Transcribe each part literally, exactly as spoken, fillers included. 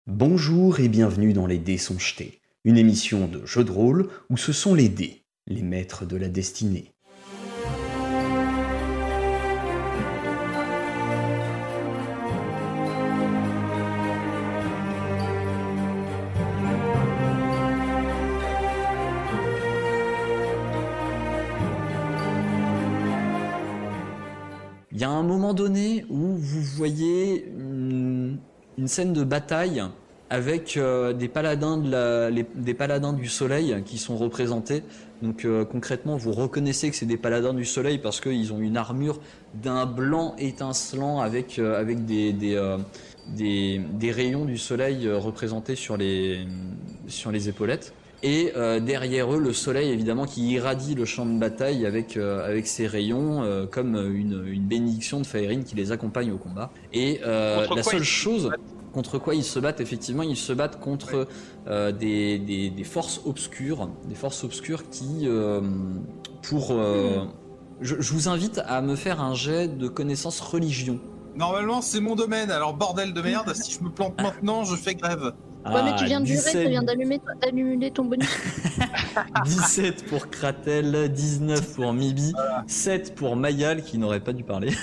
Bonjour et bienvenue dans Les Dés sont jetés, une émission de jeu de rôle où ce sont les dés, les maîtres de la destinée. Il y a un moment donné où vous voyez une, une scène de bataille avec euh, des paladins de la, les, des paladins du soleil qui sont représentés. Donc euh, concrètement, vous reconnaissez que c'est des paladins du soleil parce qu'ils ont une armure d'un blanc étincelant avec euh, avec des des, euh, des des rayons du soleil euh, représentés sur les sur les épaulettes. Et euh, derrière eux, le soleil, évidemment, qui irradie le champ de bataille avec euh, avec ses rayons, euh, comme une, une bénédiction de Faerine qui les accompagne au combat. Et euh, la seule chose contre quoi ils se battent, effectivement, ils se battent contre ouais. euh, des, des des forces obscures, des forces obscures qui, euh, pour, euh, mmh. je, je vous invite à me faire un jet de connaissance religion. Normalement, c'est mon domaine. Alors bordel de merde, si je me plante maintenant, je fais grève. Ah, ouais, mais tu viens de dix-sept... jurer, tu viens d'allumer, d'allumer ton bonus. dix-sept pour Kratel, dix-neuf pour Mibi, voilà. sept pour Mayal qui n'aurait pas dû parler.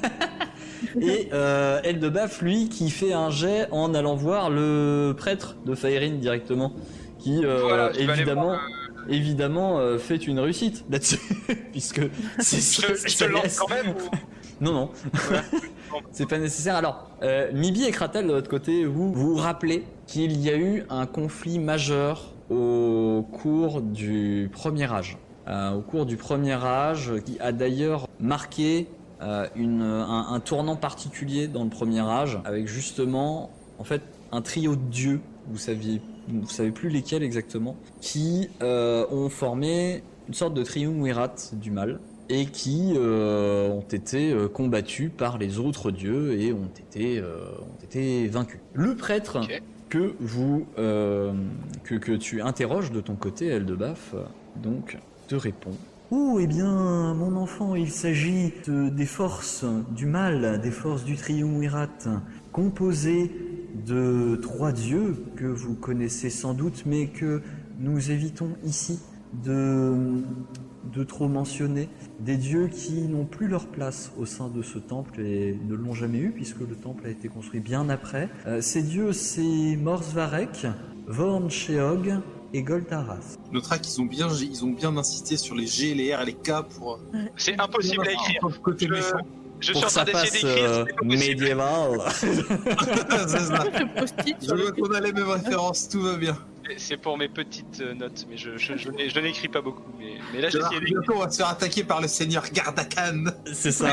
Et euh, Eldebaf, lui, qui fait un jet en allant voir le prêtre de Faerine directement, qui euh, voilà, évidemment, le... évidemment euh, fait une réussite là-dessus, puisque c'est je, je te lance quand même. Ou... Non, non. Ouais. C'est pas nécessaire. Alors, euh, Mibi et Kratel de l'autre côté, vous vous rappelez qu'il y a eu un conflit majeur au cours du premier âge. Euh, au cours du premier âge, qui a d'ailleurs marqué euh, une, un, un tournant particulier dans le premier âge, avec justement, en fait, un trio de dieux, vous saviez, vous savez plus lesquels exactement, qui euh, ont formé une sorte de triumvirat du mal. Et qui euh, ont été euh, combattus par les autres dieux et ont été, euh, ont été vaincus. Le prêtre okay. que vous euh, que, que tu interroges de ton côté, Eldebaf, donc te répond. Oh, eh bien, mon enfant, il s'agit de, des forces du mal, des forces du triumvirat, composées de trois dieux que vous connaissez sans doute, mais que nous évitons ici de... de trop mentionner, des dieux qui n'ont plus leur place au sein de ce temple et ne l'ont jamais eu puisque le temple a été construit bien après. Euh, ces dieux, c'est Morsvarek, Vorn-Sheog et Goltaras. Notera qu'ils ont bien, ils ont bien insisté sur les G, les R et les K pour... C'est impossible à écrire. Côté méchant. Je pour suis en train d'essayer d'écrire, euh, médiéval. C'est ça. Je vois qu'on a les mêmes références, tout va bien. C'est pour mes petites notes, mais je, je, je, je n'écris pas beaucoup. Mais, mais là, j'essaie d'écrire. Bientôt, on va se faire attaquer par le seigneur Gardakan. C'est ça.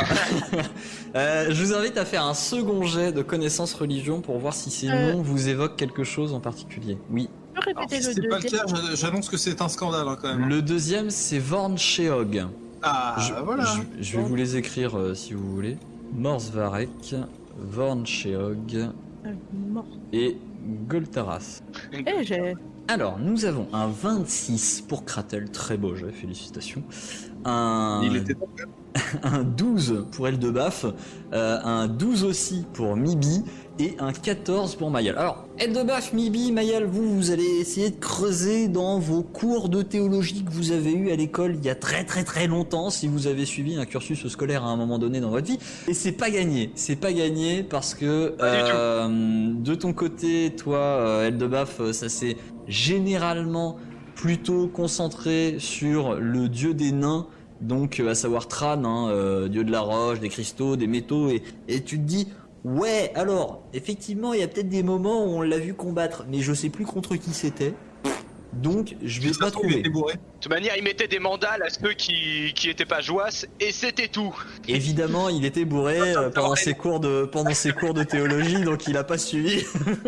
euh, je vous invite à faire un second jet de connaissance religion pour voir si ces euh... noms vous évoquent quelque chose en particulier. Oui. Alors, si c'est pas le cas, j'annonce que c'est un scandale hein, quand même. Le deuxième, c'est Vorn-Sheog. Ah, je, voilà. Je, je vais bon. vous les écrire euh, si vous voulez. Morsvarek, Vorn-Sheog euh, et Goltaras. Eh, j'ai... Alors, nous avons un vingt-six pour Kratel, très beau jet, félicitations. Un, Il était un douze pour Eldebaf, euh, un douze aussi pour Mibi et un quatorze pour Mayal. Alors, Eldebaf, Mibi, Mayal, vous, vous allez essayer de creuser dans vos cours de théologie que vous avez eu à l'école il y a très très très longtemps, si vous avez suivi un cursus scolaire à un moment donné dans votre vie. Et c'est pas gagné, c'est pas gagné parce que euh, de ton côté, toi, Eldebaf, ça s'est généralement plutôt concentré sur le dieu des nains, donc à savoir Tran, hein, euh, dieu de la roche, des cristaux, des métaux, et, et tu te dis... Ouais, alors, effectivement, il y a peut-être des moments où on l'a vu combattre, mais je sais plus contre qui c'était. Donc, je vais pas trouver. De toute manière, il mettait des mandales à ceux qui qui étaient pas joasses, et c'était tout. Évidemment, il était bourré euh, pendant ses cours de pendant ses cours de théologie, donc il a pas suivi.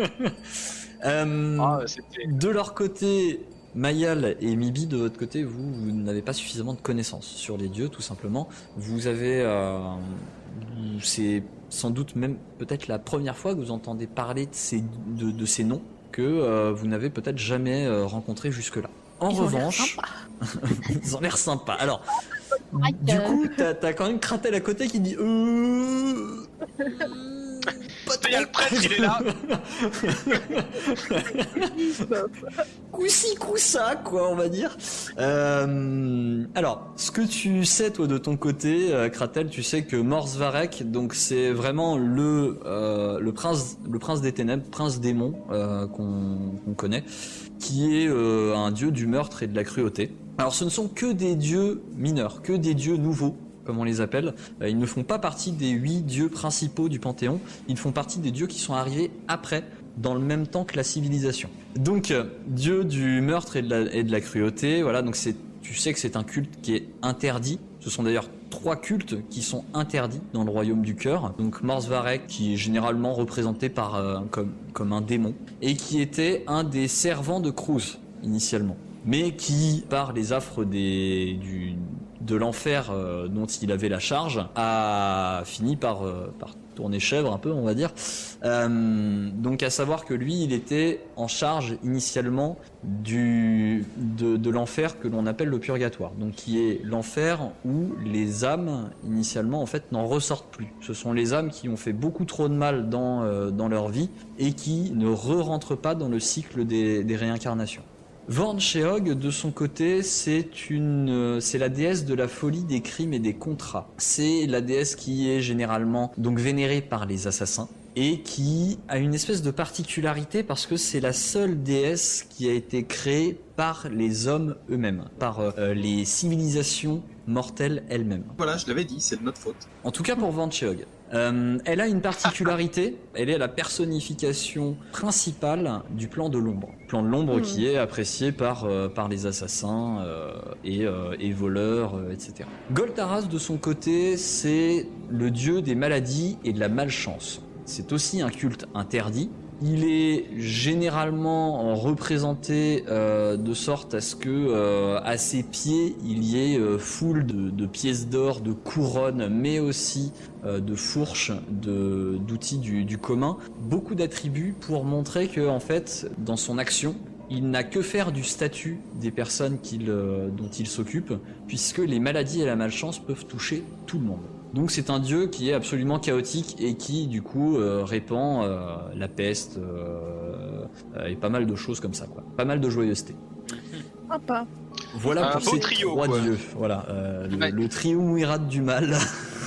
euh, ah, de leur côté, Mayal et Mibi, de votre côté, vous, vous n'avez pas suffisamment de connaissances sur les dieux, tout simplement. Vous avez, euh, c'est sans doute même peut-être la première fois que vous entendez parler de ces, de, de ces noms que euh, vous n'avez peut-être jamais euh, rencontrés jusque-là. En Ils revanche, ils ont l'air sympas. Alors, du coup, t'as, t'as quand même Kratel à côté qui dit euh... Il y a le prêtre, il est là. Coup-ci, coup-ça, quoi, on va dire. Euh, alors, ce que tu sais, toi, de ton côté, euh, Kratel, tu sais que Morsvarek, donc c'est vraiment le euh, le prince, le prince des ténèbres, prince démon euh, qu'on qu'on connaît, qui est euh, un dieu du meurtre et de la cruauté. Alors, ce ne sont que des dieux mineurs, que des dieux nouveaux, comme on les appelle. Euh, ils ne font pas partie des huit dieux principaux du Panthéon. Ils font partie des dieux qui sont arrivés après, dans le même temps que la civilisation. Donc, euh, dieu du meurtre et de la, et de la cruauté, voilà, donc c'est, tu sais que c'est un culte qui est interdit. Ce sont d'ailleurs trois cultes qui sont interdits dans le royaume du cœur. Donc Morsvarek, qui est généralement représenté par, euh, comme, comme un démon, et qui était un des servants de Cruz, initialement. Mais qui, par les affres des, du, de l'enfer euh, dont il avait la charge, a fini par, euh, par tourner chèvre un peu, on va dire. Euh, donc à savoir que lui, il était en charge initialement du, de, de l'enfer que l'on appelle le purgatoire. Donc qui est l'enfer où les âmes, initialement, en fait, n'en ressortent plus. Ce sont les âmes qui ont fait beaucoup trop de mal dans, euh, dans leur vie et qui ne re-rentrent pas dans le cycle des, des réincarnations. Vorn Sheog, de son côté, c'est une, c'est la déesse de la folie, des crimes et des contrats. C'est la déesse qui est généralement donc vénérée par les assassins et qui a une espèce de particularité parce que c'est la seule déesse qui a été créée par les hommes eux-mêmes, par euh, les civilisations mortelles elles-mêmes. Voilà, je l'avais dit, c'est de notre faute. En tout cas pour Vorn Sheog. Euh, elle a une particularité, elle est la personnification principale du plan de l'ombre. Plan de l'ombre mmh. qui est apprécié par, euh, par les assassins euh, et, euh, et voleurs, euh, et cetera. Goltaras, de son côté, c'est le dieu des maladies et de la malchance. C'est aussi un culte interdit. Il est généralement représenté euh, de sorte à ce que euh, à ses pieds il y ait euh, foule de, de pièces d'or, de couronnes, mais aussi euh, de fourches, de, d'outils du, du commun. Beaucoup d'attributs pour montrer que en fait, dans son action, il n'a que faire du statut des personnes qu'il, euh, dont il s'occupe, puisque les maladies et la malchance peuvent toucher tout le monde. Donc c'est un dieu qui est absolument chaotique et qui du coup euh, répand euh, la peste euh, euh, et pas mal de choses comme ça, quoi. Pas mal de joyeuseté. Sympa. Voilà un pour ces trio, trois quoi. dieux. Voilà, euh, Ouais. le, le triumvirat du mal.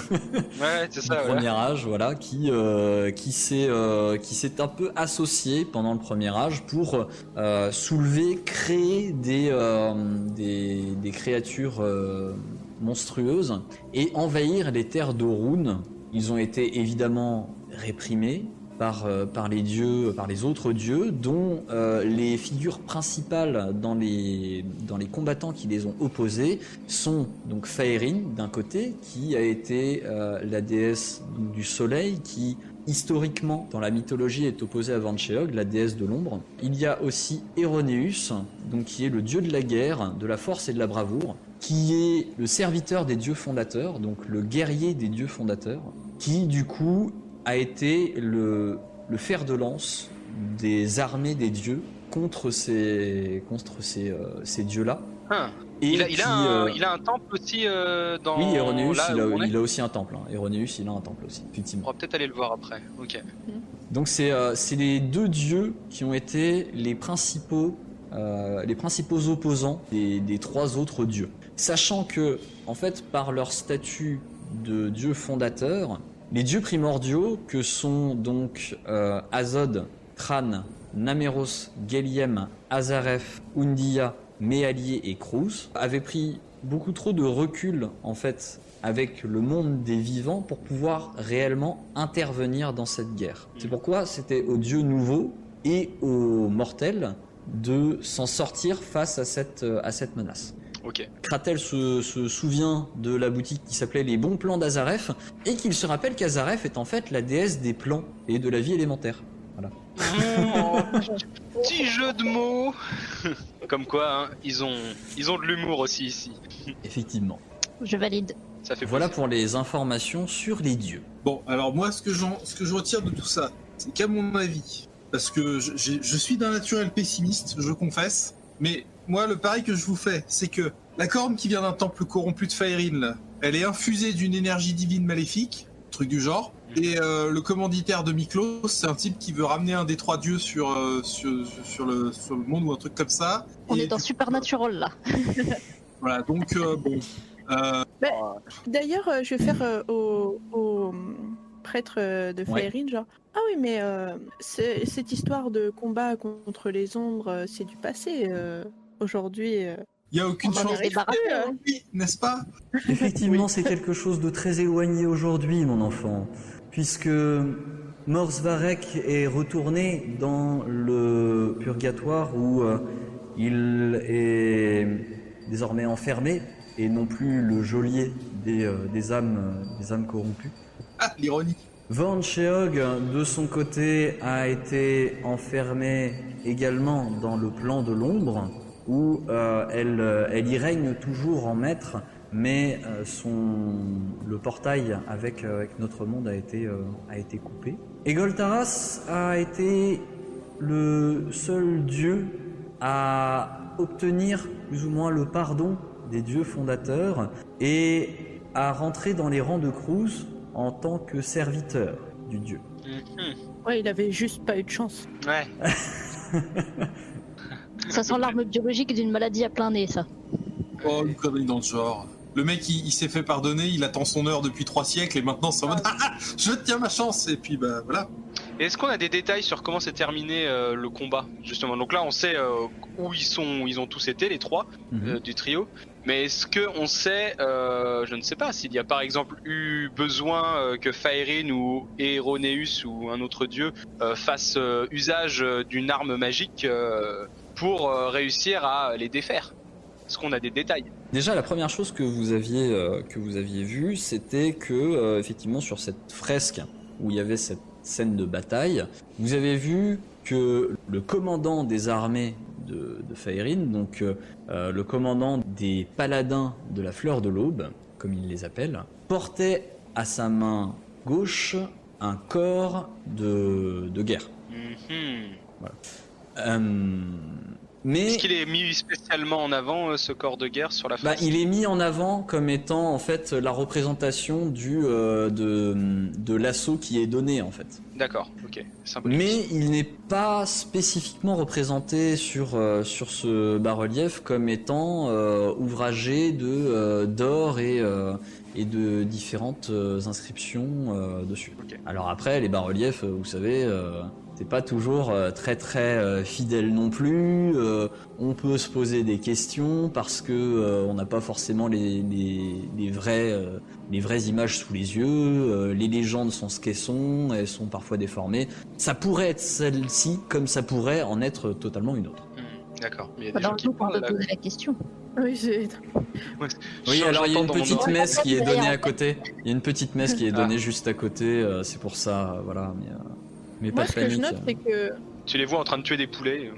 Ouais, c'est ça, du ouais. premier âge, voilà, qui euh, qui s'est euh, qui s'est un peu associé pendant le premier âge pour euh, soulever, créer des euh, des, des créatures euh, monstrueuses et envahir les terres d'Orun. Ils ont été évidemment réprimés par euh, par les dieux, par les autres dieux, dont euh, les figures principales dans les dans les combattants qui les ont opposés sont donc Faerin d'un côté, qui a été euh, la déesse donc, du soleil, qui historiquement dans la mythologie est opposée à Vorn Sheog, la déesse de l'ombre. Il y a aussi Eroneus, donc qui est le dieu de la guerre, de la force et de la bravoure, qui est le serviteur des dieux fondateurs, donc le guerrier des dieux fondateurs, qui du coup a été le, le fer de lance des armées des dieux contre ces, contre ces, euh, ces dieux-là. Ah. Et Il a, qui, il, a un, euh, il a un temple aussi euh, dans... Oui, Eroneus, là il, a, où on est. il a aussi un temple. Hein. Eroneus, il a un temple aussi, On effectivement. va peut-être aller le voir après. Ok. Donc c'est euh, c'est les deux dieux qui ont été les principaux euh, les principaux opposants des, des trois autres dieux. Sachant que en fait par leur statut de dieux fondateurs, les dieux primordiaux que sont donc euh, Azod, Kran, Naméros, Geliem, Azareth, Undia, Méalier et Cruz avaient pris beaucoup trop de recul en fait avec le monde des vivants pour pouvoir réellement intervenir dans cette guerre. C'est pourquoi c'était aux dieux nouveaux et aux mortels de s'en sortir face à cette, à cette menace. Ok. Kratel se, se souvient de la boutique qui s'appelait Les Bons Plans d'Azareth et qu'il se rappelle qu'Azareth est en fait la déesse des plans et de la vie élémentaire. Voilà. Oh, petit jeu de mots. Comme quoi, hein, ils ont, ils ont de l'humour aussi ici. Effectivement. Je valide. Ça fait Voilà plaisir. pour les informations sur les dieux. Bon, alors moi, ce que, j'en, ce que je retire de tout ça, c'est qu'à mon avis, parce que je, je, je suis d'un naturel pessimiste, je confesse, mais moi, le pari que je vous fais, c'est que la corne qui vient d'un temple corrompu de Faerin, là, elle est infusée d'une énergie divine maléfique, truc du genre, Et euh, le commanditaire de Miklos, c'est un type qui veut ramener un des trois dieux sur, euh, sur, sur, le, sur le monde ou un truc comme ça. On Et est dans du- Supernatural là. Voilà, donc euh, bon. Euh, Mais, D'ailleurs, euh, je vais faire euh, au, au prêtre euh, de Ouais. Faerine, genre. Ah oui, mais euh, c'est- cette histoire de combat contre les ombres, euh, c'est du passé. euh, Aujourd'hui, euh, il n'y a aucune On en chance. est débarrassé, euh, hein. Oui, n'est-ce pas? Effectivement, c'est quelque chose de très éloigné aujourd'hui, mon enfant, puisque Morsvarek est retourné dans le purgatoire où euh, il est désormais enfermé et non plus le geôlier des, euh, des âmes, euh, des âmes corrompues. Ah, l'ironie. Vorn Sheog, de son côté, a été enfermée également dans le plan de l'ombre, où euh, elle, euh, elle y règne toujours en maître, mais euh, son, le portail avec, euh, avec notre monde a été, euh, a été coupé. Et Goltaras a été le seul dieu à obtenir plus ou moins le pardon des dieux fondateurs et à rentrer dans les rangs de Cruz en tant que serviteur du dieu. Mhm. ouais, il avait juste pas eu de chance. Ouais. Ça sent l'arme biologique d'une maladie à plein nez, ça. Oh, une connerie dans le genre. Le mec, il, il s'est fait pardonner, il attend son heure depuis trois siècles et maintenant c'est en mode ah, ah, je tiens ma chance et puis bah voilà. Et est-ce qu'on a des détails sur comment s'est terminé euh, le combat, justement? Donc là, on sait euh, où ils sont, où ils ont tous été, les trois Mhm. euh, du trio. Mais est-ce que on sait, euh, je ne sais pas, s'il y a par exemple eu besoin euh, que Faerine ou Eroneus ou un autre dieu euh, fasse euh, usage euh, d'une arme magique euh, pour euh, réussir à les défaire? Est-ce qu'on a des détails? Déjà, la première chose que vous aviez euh, que vous aviez vue, c'était que euh, effectivement sur cette fresque où il y avait cette scène de bataille, vous avez vu que le commandant des armées de, de Faerine, donc euh, euh, le commandant des paladins de la fleur de l'aube, comme il les appelle, portait à sa main gauche un corps de, de guerre. Mhm. Euh, mais Est-ce qu'il est mis spécialement en avant, euh, ce corps de guerre, sur la Bah, face? il est mis en avant comme étant en fait la représentation du euh, de, de l'assaut qui est donné en fait. D'accord, ok. Symbolique. Mais il n'est pas spécifiquement représenté sur euh, sur ce bas-relief comme étant euh, ouvragé de euh, d'or et euh, et de différentes euh, inscriptions euh, dessus. Ok. Alors après les bas-reliefs, euh, vous savez. Euh, C'est pas toujours euh, très très euh, fidèle non plus. Euh, on peut se poser des questions parce que euh, on n'a pas forcément les, les, les vraies euh, les vraies images sous les yeux. Euh, les légendes sont ce qu'elles sont, elles sont parfois déformées. Ça pourrait être celle-ci comme ça pourrait en être totalement une autre. Hmm, D'accord. Mais il y a Pas des dans gens le qui doute, on parlent peut là. poser la question. Oui, c'est. Oui, J'entends alors il y a une dans mon petite oreille. messe qui est D'ailleurs, donnée en à fait- côté. Il y a une petite messe qui est Ah. donnée juste à côté. euh, c'est pour ça, euh, voilà. Mais, euh, mais pas Moi, de ce que je panique. note, c'est que. Tu les vois en train de tuer des poulets.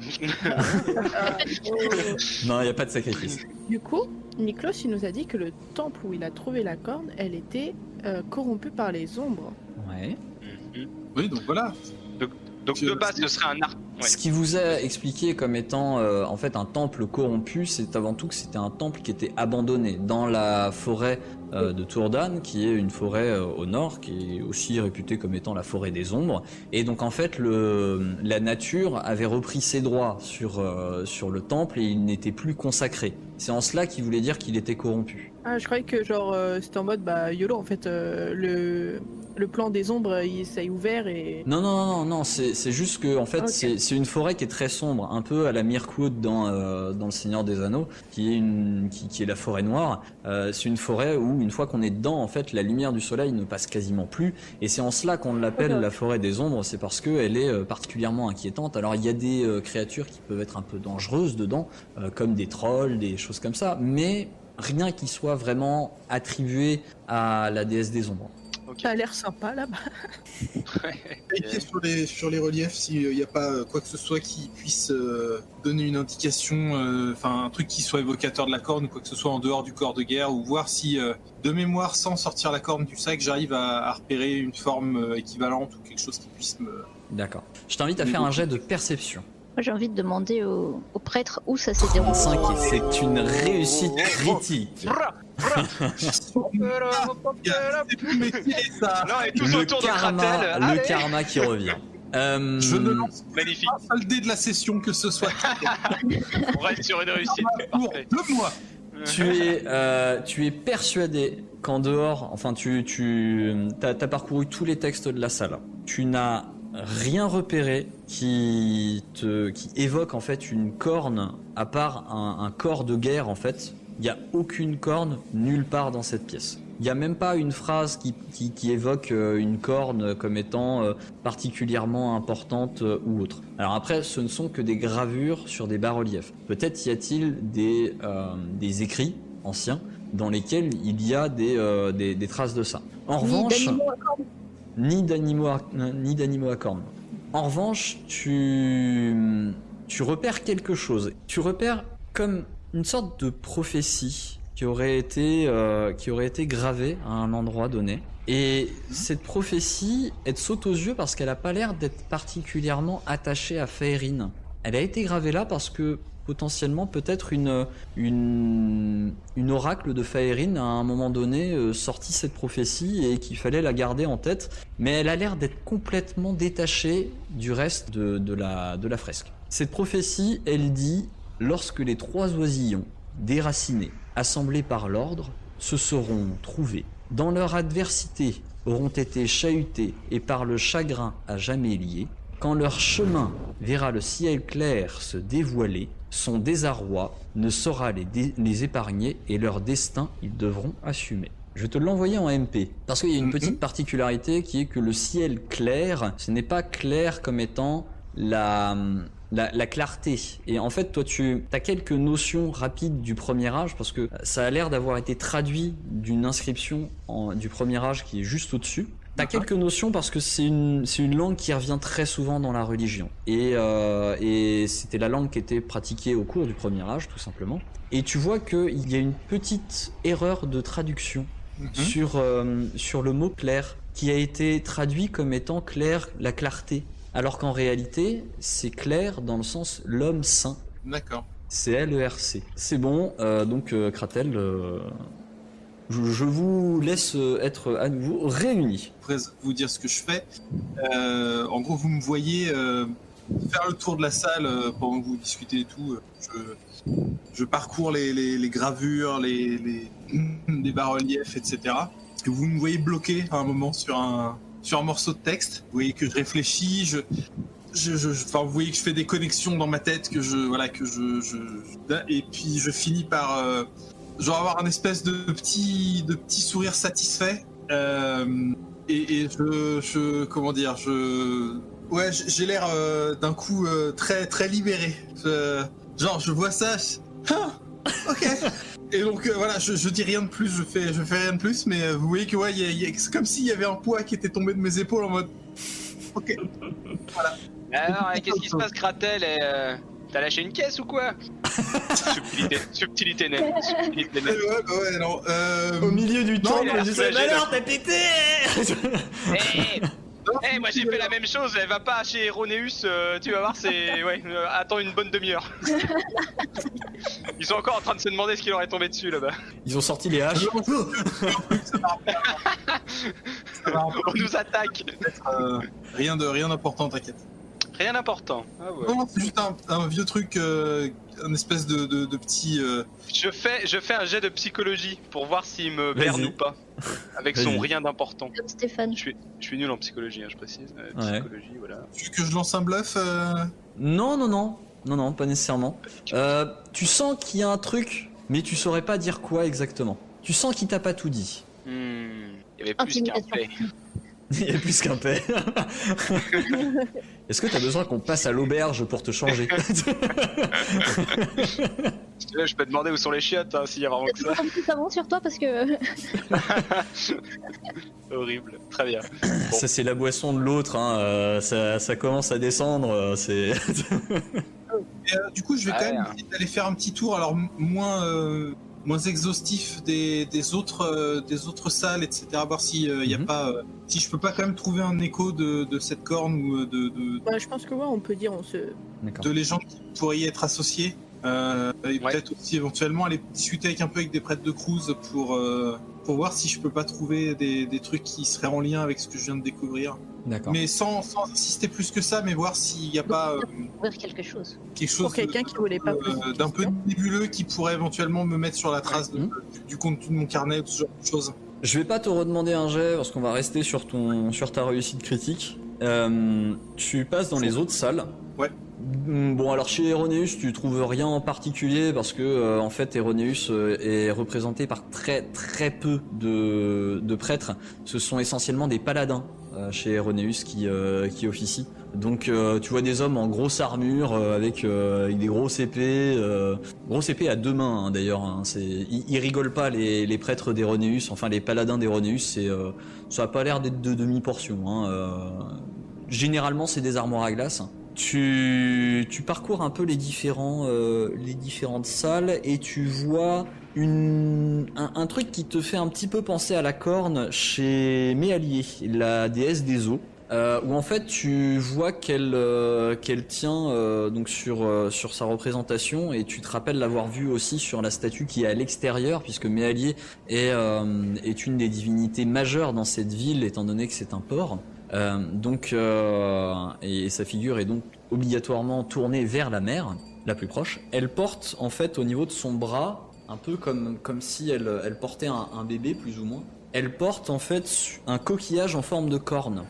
Non, il n'y a pas de sacrifice. Du coup, Niklos, il nous a dit que le temple où il a trouvé la corne, elle était euh, corrompue par les ombres. Ouais. Mhm. Oui, donc voilà. Donc Je- de base, ce serait un art. Ouais. Ce qui vous a expliqué comme étant euh, en fait un temple corrompu, c'est avant tout que c'était un temple qui était abandonné dans la forêt euh, de Tourdan, qui est une forêt euh, au nord, qui est aussi réputée comme étant la forêt des ombres. Et donc en fait, le, la nature avait repris ses droits sur euh, sur le temple et il n'était plus consacré. C'est en cela qu'il voulait dire qu'il était corrompu. Ah, je croyais que genre euh, c'était en mode bah YOLO en fait euh, le le plan des ombres il s'est ouvert et Non, non, non, non, non, c'est c'est juste que en fait Ok. c'est c'est une forêt qui est très sombre, un peu à la Mirkwood dans euh, dans le Seigneur des Anneaux, qui est une qui, qui est la forêt noire. Euh, c'est une forêt où une fois qu'on est dedans, en fait, la lumière du soleil ne passe quasiment plus, et c'est en cela qu'on l'appelle Ok. la forêt des ombres, c'est parce que elle est euh, particulièrement inquiétante. Alors il y a des euh, créatures qui peuvent être un peu dangereuses dedans, euh, comme des trolls, des choses comme ça, mais rien qui soit vraiment attribué à la déesse des ombres. ça a l'air sympa là-bas. Vérifier sur les, sur les reliefs s'il n'y a pas euh, quoi que ce soit qui puisse euh, donner une indication, euh, enfin un truc qui soit évocateur de la corne ou quoi que ce soit en dehors du corps de guerre, ou voir si euh, de mémoire sans sortir la corne du sac j'arrive à, à repérer une forme euh, équivalente ou quelque chose qui puisse me... D'accord. Je t'invite à faire un jet de perception. Moi, j'ai envie de demander au, au prêtre où ça s'est déroulé. cinq, et c'est une réussite critique. ça. Non, et tous Le autour de karma, Kratel. le Allez. karma qui revient. Euh, Je ne lance Magnifique. pas le seul dé de la session que ce soit. On reste sur une réussite. Pour Parfait. deux mois. tu es, euh, tu es persuadé qu'en dehors, enfin, tu, tu, t'as, t'as parcouru tous les textes de la salle. Tu n'as rien repéré qui te, qui évoque en fait une corne, à part un, un corps de guerre en fait. Il n'y a aucune corne nulle part dans cette pièce. Il n'y a même pas une phrase qui, qui, qui évoque euh, une corne comme étant euh, particulièrement importante euh, ou autre. Alors après, ce ne sont que des gravures sur des bas-reliefs. Peut-être y a-t-il des, euh, des écrits anciens dans lesquels il y a des, euh, des, des traces de ça. En Ni revanche, d'animaux à cornes. ni d'animaux à, ni d'animaux à cornes. En revanche, tu, tu repères quelque chose. Tu repères comme une sorte de prophétie qui aurait été, euh, qui aurait été gravée à un endroit donné. Et cette prophétie, elle te saute aux yeux parce qu'elle n'a pas l'air d'être particulièrement attachée à Faerine. Elle a été gravée là parce que potentiellement peut-être une, une, une oracle de Faerine à un moment donné euh, sorti cette prophétie et qu'il fallait la garder en tête. Mais elle a l'air d'être complètement détachée du reste de, de, la, de la fresque. Cette prophétie, elle dit « Lorsque les trois oisillons déracinés, assemblés par l'ordre, se seront trouvés, dans leur adversité auront été chahutés et par le chagrin à jamais liés, quand leur chemin verra le ciel clair se dévoiler, son désarroi ne saura les, dé- les épargner et leur destin ils devront assumer. » Je vais te l'envoyer en M P, parce qu'il y a une petite particularité qui est que le ciel clair, ce n'est pas clair comme étant la... La, la clarté. Et en fait, toi, tu as quelques notions rapides du premier âge parce que ça a l'air d'avoir été traduit d'une inscription en, du premier âge qui est juste au-dessus. T'as quelques notions parce que c'est une, c'est une langue qui revient très souvent dans la religion. Et, euh, et c'était la langue qui était pratiquée au cours du premier âge, tout simplement. Et tu vois qu'il y a une petite erreur de traduction mm-hmm. sur, euh, sur le mot clair qui a été traduit comme étant clair, la clarté. Alors qu'en réalité, c'est clair dans le sens l'homme saint. D'accord. C'est L E R C. C'est bon, euh, donc euh, Kratel, euh, je, je vous laisse être à nouveau réunis. Je pourrais vous dire ce que je fais. Euh, en gros, vous me voyez euh, faire le tour de la salle euh, pendant que vous discutez et tout. Je, je parcours les, les, les gravures, les, les, les bas-reliefs, et cetera. Parce que vous me voyez bloqué à un moment sur un... sur un morceau de texte. Vous voyez que je réfléchis, je, je, je, enfin, vous voyez que je fais des connexions dans ma tête, que je, voilà, que je, je, je et puis je finis par, euh, genre avoir un espèce de petit, de petit sourire satisfait. Euh, et, et je, je, comment dire, je, ouais, j'ai l'air euh, d'un coup euh, très, très libéré. Je, genre, je vois ça. Je... Ah, ok. Et donc euh, voilà, je, je dis rien de plus, je fais, je fais rien de plus, mais euh, vous voyez que ouais, y a, y a, c'est comme s'il y avait un poids qui était tombé de mes épaules en mode. Ok. Voilà. Alors, qu'est-ce qui se passe, Kratel? euh, T'as lâché une caisse ou quoi? Subtilité, subtilité naine. Subtilité naine. Euh, ouais, bah ouais, non. Euh... Au milieu du temps, il a je l'air disais, soulagé, mais là. alors, t'as pété. Hey, hey, moi j'ai fait la même chose, elle va pas chez Roneus, euh, tu vas voir, c'est. Ouais, euh, attends une bonne demi-heure. Ils sont encore en train de se demander ce qui leur est tombé dessus là-bas. Ils ont sorti les haches. On nous attaque. Euh, rien de rien d'important, t'inquiète. Rien d'important. Ah ouais. Non, c'est juste un, un vieux truc, euh, un espèce de, de, de petit. Euh... Je fais, je fais un jet de psychologie pour voir s'il me berne Vas-y. ou pas. Avec son Vas-y. rien d'important. Stéphane. Je suis, je suis nul en psychologie, hein, je précise. Euh, Ouais. psychologie, voilà. Tu veux que je lance un bluff euh... Non, non, non. Non, non, pas nécessairement. Euh, tu sens qu'il y a un truc, mais tu saurais pas dire quoi exactement. Tu sens qu'il t'a pas tout dit. Hmm, il y avait plus qu'un Intimidation. fait. Il y a plus qu'un paix. Est-ce que t'as besoin qu'on passe à l'auberge pour te changer? Là, je peux demander où sont les chiottes, hein, s'il y a vraiment que ça. Un petit savon sur toi parce que. Horrible, très bien. Ça, c'est la boisson de l'autre. Hein. euh, ça, ça commence à descendre. euh, C'est. Et, euh, du coup, je vais Ah quand ouais, même hein. essayer d'aller faire un petit tour, alors m- moins, euh, moins exhaustif des, des autres, euh, des autres salles, et cetera. Voir si euh, y a Mhm. pas, euh, si je peux pas quand même trouver un écho de, de cette corne ou euh, de, de, Bah, je pense que ouais, on peut dire, on se. D'accord. de légendes qui pourraient y être associées. Euh, et Ouais. peut-être aussi éventuellement aller discuter avec un peu avec des prêtres de Cruz pour, euh, pour voir si je peux pas trouver des, des trucs qui seraient en lien avec ce que je viens de découvrir. D'accord. Mais sans, sans insister plus que ça, mais voir s'il n'y a pas euh, Ouvrir quelque chose. quelque chose Pour quelqu'un qui voulait pas poser euh, de d'un peu questions. nébuleux qui pourrait éventuellement me mettre sur la trace de- Mhm. du, du contenu de mon carnet ou ce genre de choses. Je vais pas te redemander un jet parce qu'on va rester sur ton sur ta réussite critique. Euh, tu passes dans les autres salles. Ouais. Mm, Bon alors chez Erroneus tu trouves rien en particulier parce que euh, en fait Erroneus euh, est représenté par très très peu de, de prêtres. Ce sont essentiellement des paladins euh, chez Erroneus qui euh, qui officient. Donc euh, tu vois des hommes en grosse armure euh, avec, euh, avec des grosses épées, euh, grosses épées à deux mains hein, d'ailleurs. Hein, c'est ils, ils rigolent pas les, les prêtres d'Erroneus, enfin les paladins d'Erroneus, c'est euh, ça a pas l'air d'être de demi-portion. Hein, euh, généralement c'est des armoires à glace. Tu, tu parcours un peu les différents euh, les différentes salles et tu vois une un, un truc qui te fait un petit peu penser à la corne chez Méallier, la déesse des eaux. Euh, où en fait tu vois qu'elle euh, qu'elle tient euh, donc sur euh, sur sa représentation et tu te rappelles l'avoir vue aussi sur la statue qui est à l'extérieur puisque Méallier est euh, est une des divinités majeures dans cette ville étant donné que c'est un port. Euh, donc euh, et sa figure est donc obligatoirement tournée vers la mer la plus proche. Elle porte en fait au niveau de son bras un peu comme comme si elle elle portait un, un bébé plus ou moins. Elle porte en fait un coquillage en forme de corne.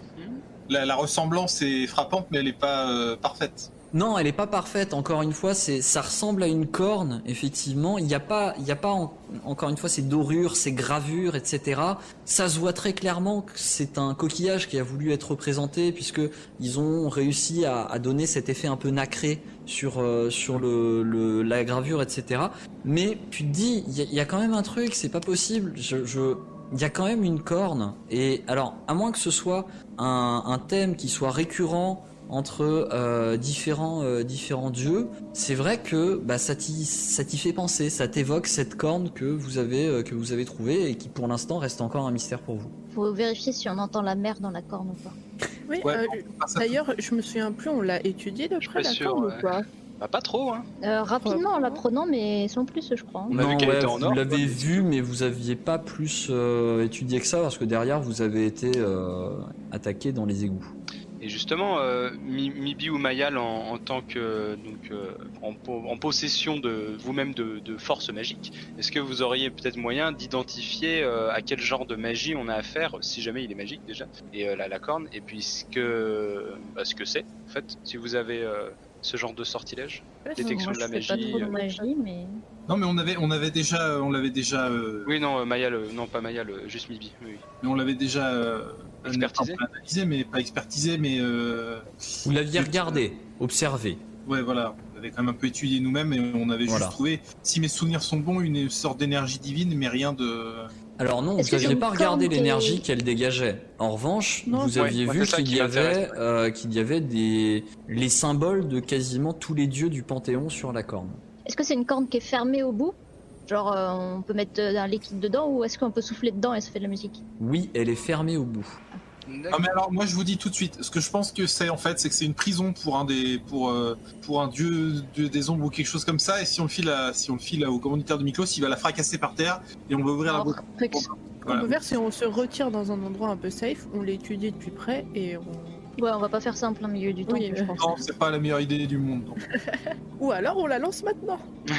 La, la ressemblance est frappante, mais elle n'est pas euh, parfaite. Non, elle est pas parfaite. Encore une fois, c'est, ça ressemble à une corne, effectivement. Il n'y a pas, il y a pas en- encore une fois ces dorures, ces gravures, et cetera. Ça se voit très clairement que c'est un coquillage qui a voulu être représenté, puisque ils ont réussi à, à donner cet effet un peu nacré sur euh, sur le, le la gravure, et cetera. Mais tu te dis, il y, a- il y a quand même un truc, c'est pas possible. Je, je il y a quand même une corne. Et alors, à moins que ce soit un, un thème qui soit récurrent entre euh, différents euh, différents dieux, c'est vrai que bah, ça t'y ça t'y fait penser, ça t'évoque cette corne que vous avez euh, que vous avez trouvée et qui pour l'instant reste encore un mystère pour vous. Faut vérifier si on entend la mer dans la corne ou pas. Oui, Ouais, euh, on peut pas ça- d'ailleurs, je me souviens plus, on l'a étudié de Je suis près pas la sûr, corne ouais. ou pas? Bah, pas trop, hein. Euh, rapidement en la prenant, mais sans plus, je crois. hein. On a vu qu'elle ouais, était en vous or, l'avez quoi. vu, mais vous aviez pas plus euh, étudié que ça parce que derrière vous avez été euh, attaqué dans les égouts. Et justement, euh, Mi- Mibi ou Mayal, en, en tant que donc euh, en, po- en possession de vous-même de, de forces magiques, est-ce que vous auriez peut-être moyen d'identifier euh, à quel genre de magie on a affaire, si jamais il est magique déjà, et euh, la, la corne, et puis ce que bah, ce que c'est en fait, si vous avez euh, ce genre de sortilège, Ouais, détection Moi, de la je fais pas magie. trop de euh, magie, mais... Non, mais on avait, on avait déjà, on l'avait déjà, euh, Oui, non, euh, Mayal, euh, non pas Mayal, euh, juste Mibi. Oui, oui. mais on l'avait déjà euh, Expertisé. enfin, pas analysé, mais pas expertisé, mais euh, Vous l'aviez Juste, regardé, observé. ouais, voilà, on avait quand même un peu étudié nous-mêmes et on avait Voilà. juste trouvé, si mes souvenirs sont bons, une sorte d'énergie divine, mais rien de. Alors non, Est-ce vous que c'est n'aviez une pas regardé corne qui- l'énergie qu'elle dégageait. En revanche, Non, vous ouais, aviez moi, vu c'est ça qu'il qui y avait m'intéresse, ouais. euh, qu'il y avait des les symboles de quasiment tous les dieux du Panthéon sur la corne. Est-ce que c'est une corne qui est fermée au bout? Genre, euh, on peut mettre euh, un liquide dedans ou est-ce qu'on peut souffler dedans et ça fait de la musique? Oui, elle est fermée au bout. Ah, mais alors, moi, je vous dis tout de suite, ce que je pense que c'est en fait, c'est que c'est une prison pour un des, pour, euh, pour un dieu de- des ombres ou quelque chose comme ça. Et si on le file, à, si on le file au commanditaire de Miklos, il va la fracasser par terre et on va ouvrir la Alors, bouche. truc- Voilà. On peut faire si on se retire dans un endroit un peu safe, on l'étudie depuis près et on... Ouais, on va pas faire ça en plein milieu du temps, Oui, je euh, pense. Non, c'est pas la meilleure idée du monde. non. Ou alors on la lance maintenant.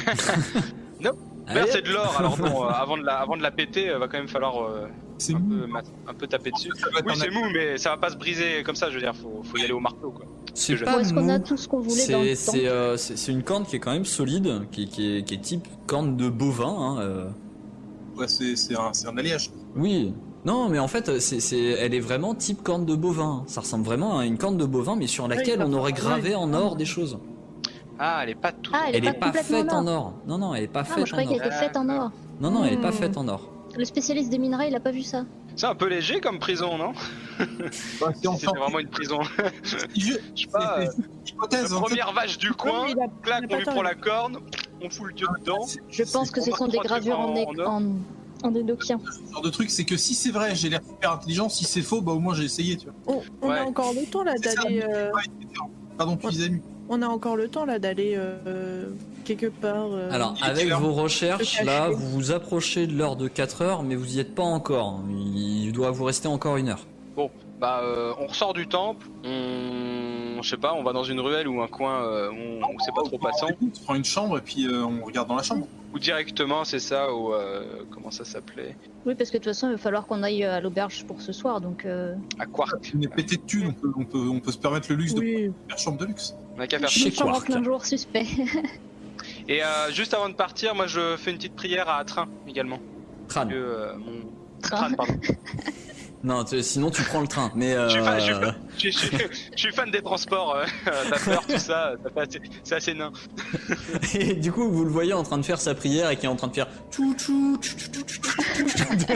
Allez, Merde, c'est de l'or, alors bon, euh, avant, de la, avant de la péter, euh, va quand même falloir euh, C'est un, mou. peu, mat- un peu taper dessus. Ça doit être Oui, un c'est mou, mais ça va pas se briser comme ça, je veux dire, faut, faut y aller au marteau, quoi. c'est je- pas Bon, est-ce qu'on a mou. tout ce qu'on voulait dans C'est le c'est temps euh, c'est c'est une corne qui est quand même solide, qui, qui est qui est type corne de bovin. Hein, euh. Ouais, c'est c'est un, c'est un alliage. Oui. Non, mais en fait, c'est, c'est, elle est vraiment type corne de bovin. Ça ressemble vraiment à une corne de bovin, mais sur laquelle bah, on aurait ouais. gravé en or des choses. Ah, elle est pas toute. Ah, elle est Elle pas est pas complètement faite en en or. Non, non, elle est pas Ah, moi faite je en croyais qu'elle or. était faite en or. Non, non, elle est pas Hmm. faite en or. Le spécialiste des minerais, il a pas vu ça. C'est un peu léger comme prison, non? Ouais, c'est enfin- C'était vraiment une prison. Si je- Je sais pas, c'est- euh, c'est une hypothèse. la en fait. première vache du coin, il a- clac, il a on lui pas prend tort. la corne, on fout le dieu dedans. Je pense que ce on sont va des trois gravures en, trucs en- en, en, en énoxien. Ce genre de truc, c'est que si c'est vrai, j'ai l'air super intelligent. Si c'est faux, bah au moins j'ai essayé, tu vois. On, on Ouais. a encore le temps là C'est ça, d'aller... euh, Pardon, tu disais. On a encore le temps là d'aller euh, quelque part. Euh... Alors, avec vos recherches, là, vous vous approchez de l'heure de quatre heures, mais vous y êtes pas encore. Il doit vous rester encore une heure. Bon, bah, euh, on ressort du temple, on... je sais pas, on va dans une ruelle ou un coin euh, où, on... où c'est pas trop passant. On prend une chambre et puis euh, on regarde dans la chambre. Ou directement, c'est ça, ou euh, comment ça s'appelait? Oui, parce que de toute façon, il va falloir qu'on aille à l'auberge pour ce soir, donc... Euh... À Quark. On est pété de thunes, on peut, on, peut, on peut se permettre le luxe oui. de faire chambre de luxe. On a qu'à faire Chez chambre Quark. plein jour, suspect. Et euh, juste avant de partir, moi je fais une petite prière à Train également. Train. Que, euh, mon... Train. Train, pardon. Non, tu- sinon tu prends le train, mais... Euh... Je, suis fan, je, suis fan, je, suis, je suis fan des transports, euh, vapeur, tout ça, ça fait assez, c'est assez nain. Et du coup, vous le voyez en train de faire sa prière et qui est en train de faire... tchou, tchou, tchou, tchou, tchou, tchou, tchou.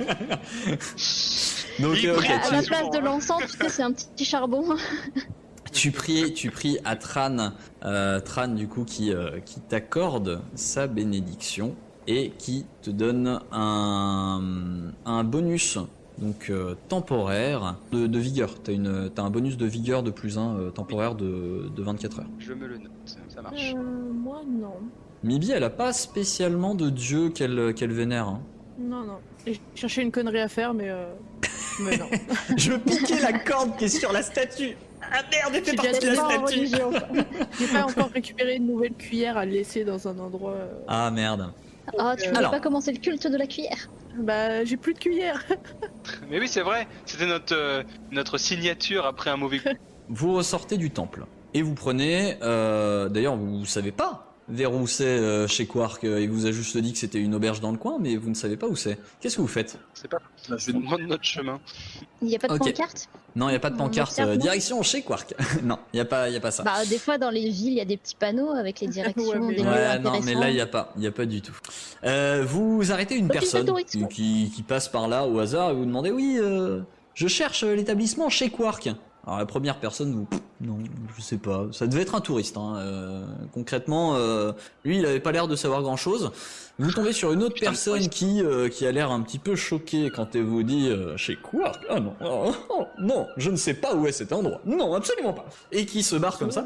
Donc, Il euh, ok, prie À tu, la souvent, place de hein. l'encens, tu sais, c'est un petit charbon. tu pries, tu pries à Tran, euh, Tran du coup qui, euh, qui t'accorde sa bénédiction et qui te donne un, un bonus donc euh, temporaire de, de vigueur. T'as une, t'as un bonus de vigueur de plus un euh, temporaire de, de vingt-quatre heures. Je me le note, ça marche. Euh, moi, non. Mibi, elle a pas spécialement de dieu qu'elle qu'elle vénère. Hein. Non, non. J'ai cherché une connerie à faire, mais euh... mais non. Je piquais la corde qui est sur la statue. Ah merde, elle fait J'ai partie de la tellement statue. religieux, enfin. J'ai pas encore récupéré une nouvelle cuillère à laisser dans un endroit. euh, Ah merde. Ah, tu euh, voulais Alors. pas commencer le culte de la cuillère? Bah, j'ai plus de cuillère. Mais oui, c'est vrai, c'était notre, euh, notre signature après un mauvais coup. Vous ressortez du temple et vous prenez. Euh, D'ailleurs, vous, vous savez pas vers où c'est euh, chez Quark. euh, Il vous a juste dit que c'était une auberge dans le coin, mais vous ne savez pas où c'est. Qu'est-ce que vous faites? C'est pas Là, je vais on demande notre chemin. Il n'y a pas de Ok. pancarte? Non, il y a pas de On pancarte. observe, euh, non direction chez Quark. Non, il y a pas, il y a pas ça. Bah, des fois, dans les villes, il y a des petits panneaux avec les directions Ouais, mais- des lieux Ouais, non, intéressants. mais là, il y a pas, il y a pas du tout. Euh, vous arrêtez une Office de personne tourisme. qui, qui passe par là au hasard et vous demandez oui, euh, je cherche l'établissement chez Quark. Alors la première personne, vous, pff, non, je sais pas. Ça devait être un touriste. Hein. Euh, concrètement, euh, lui, il avait pas l'air de savoir grand chose. Vous tombez sur une autre Putain de personne touriste. qui, euh, qui a l'air un petit peu choquée quand elle vous dit euh, chez Quark. Ah non, oh, oh, non, je ne sais pas où est cet endroit. Non, absolument pas. Et qui se barre comme ça.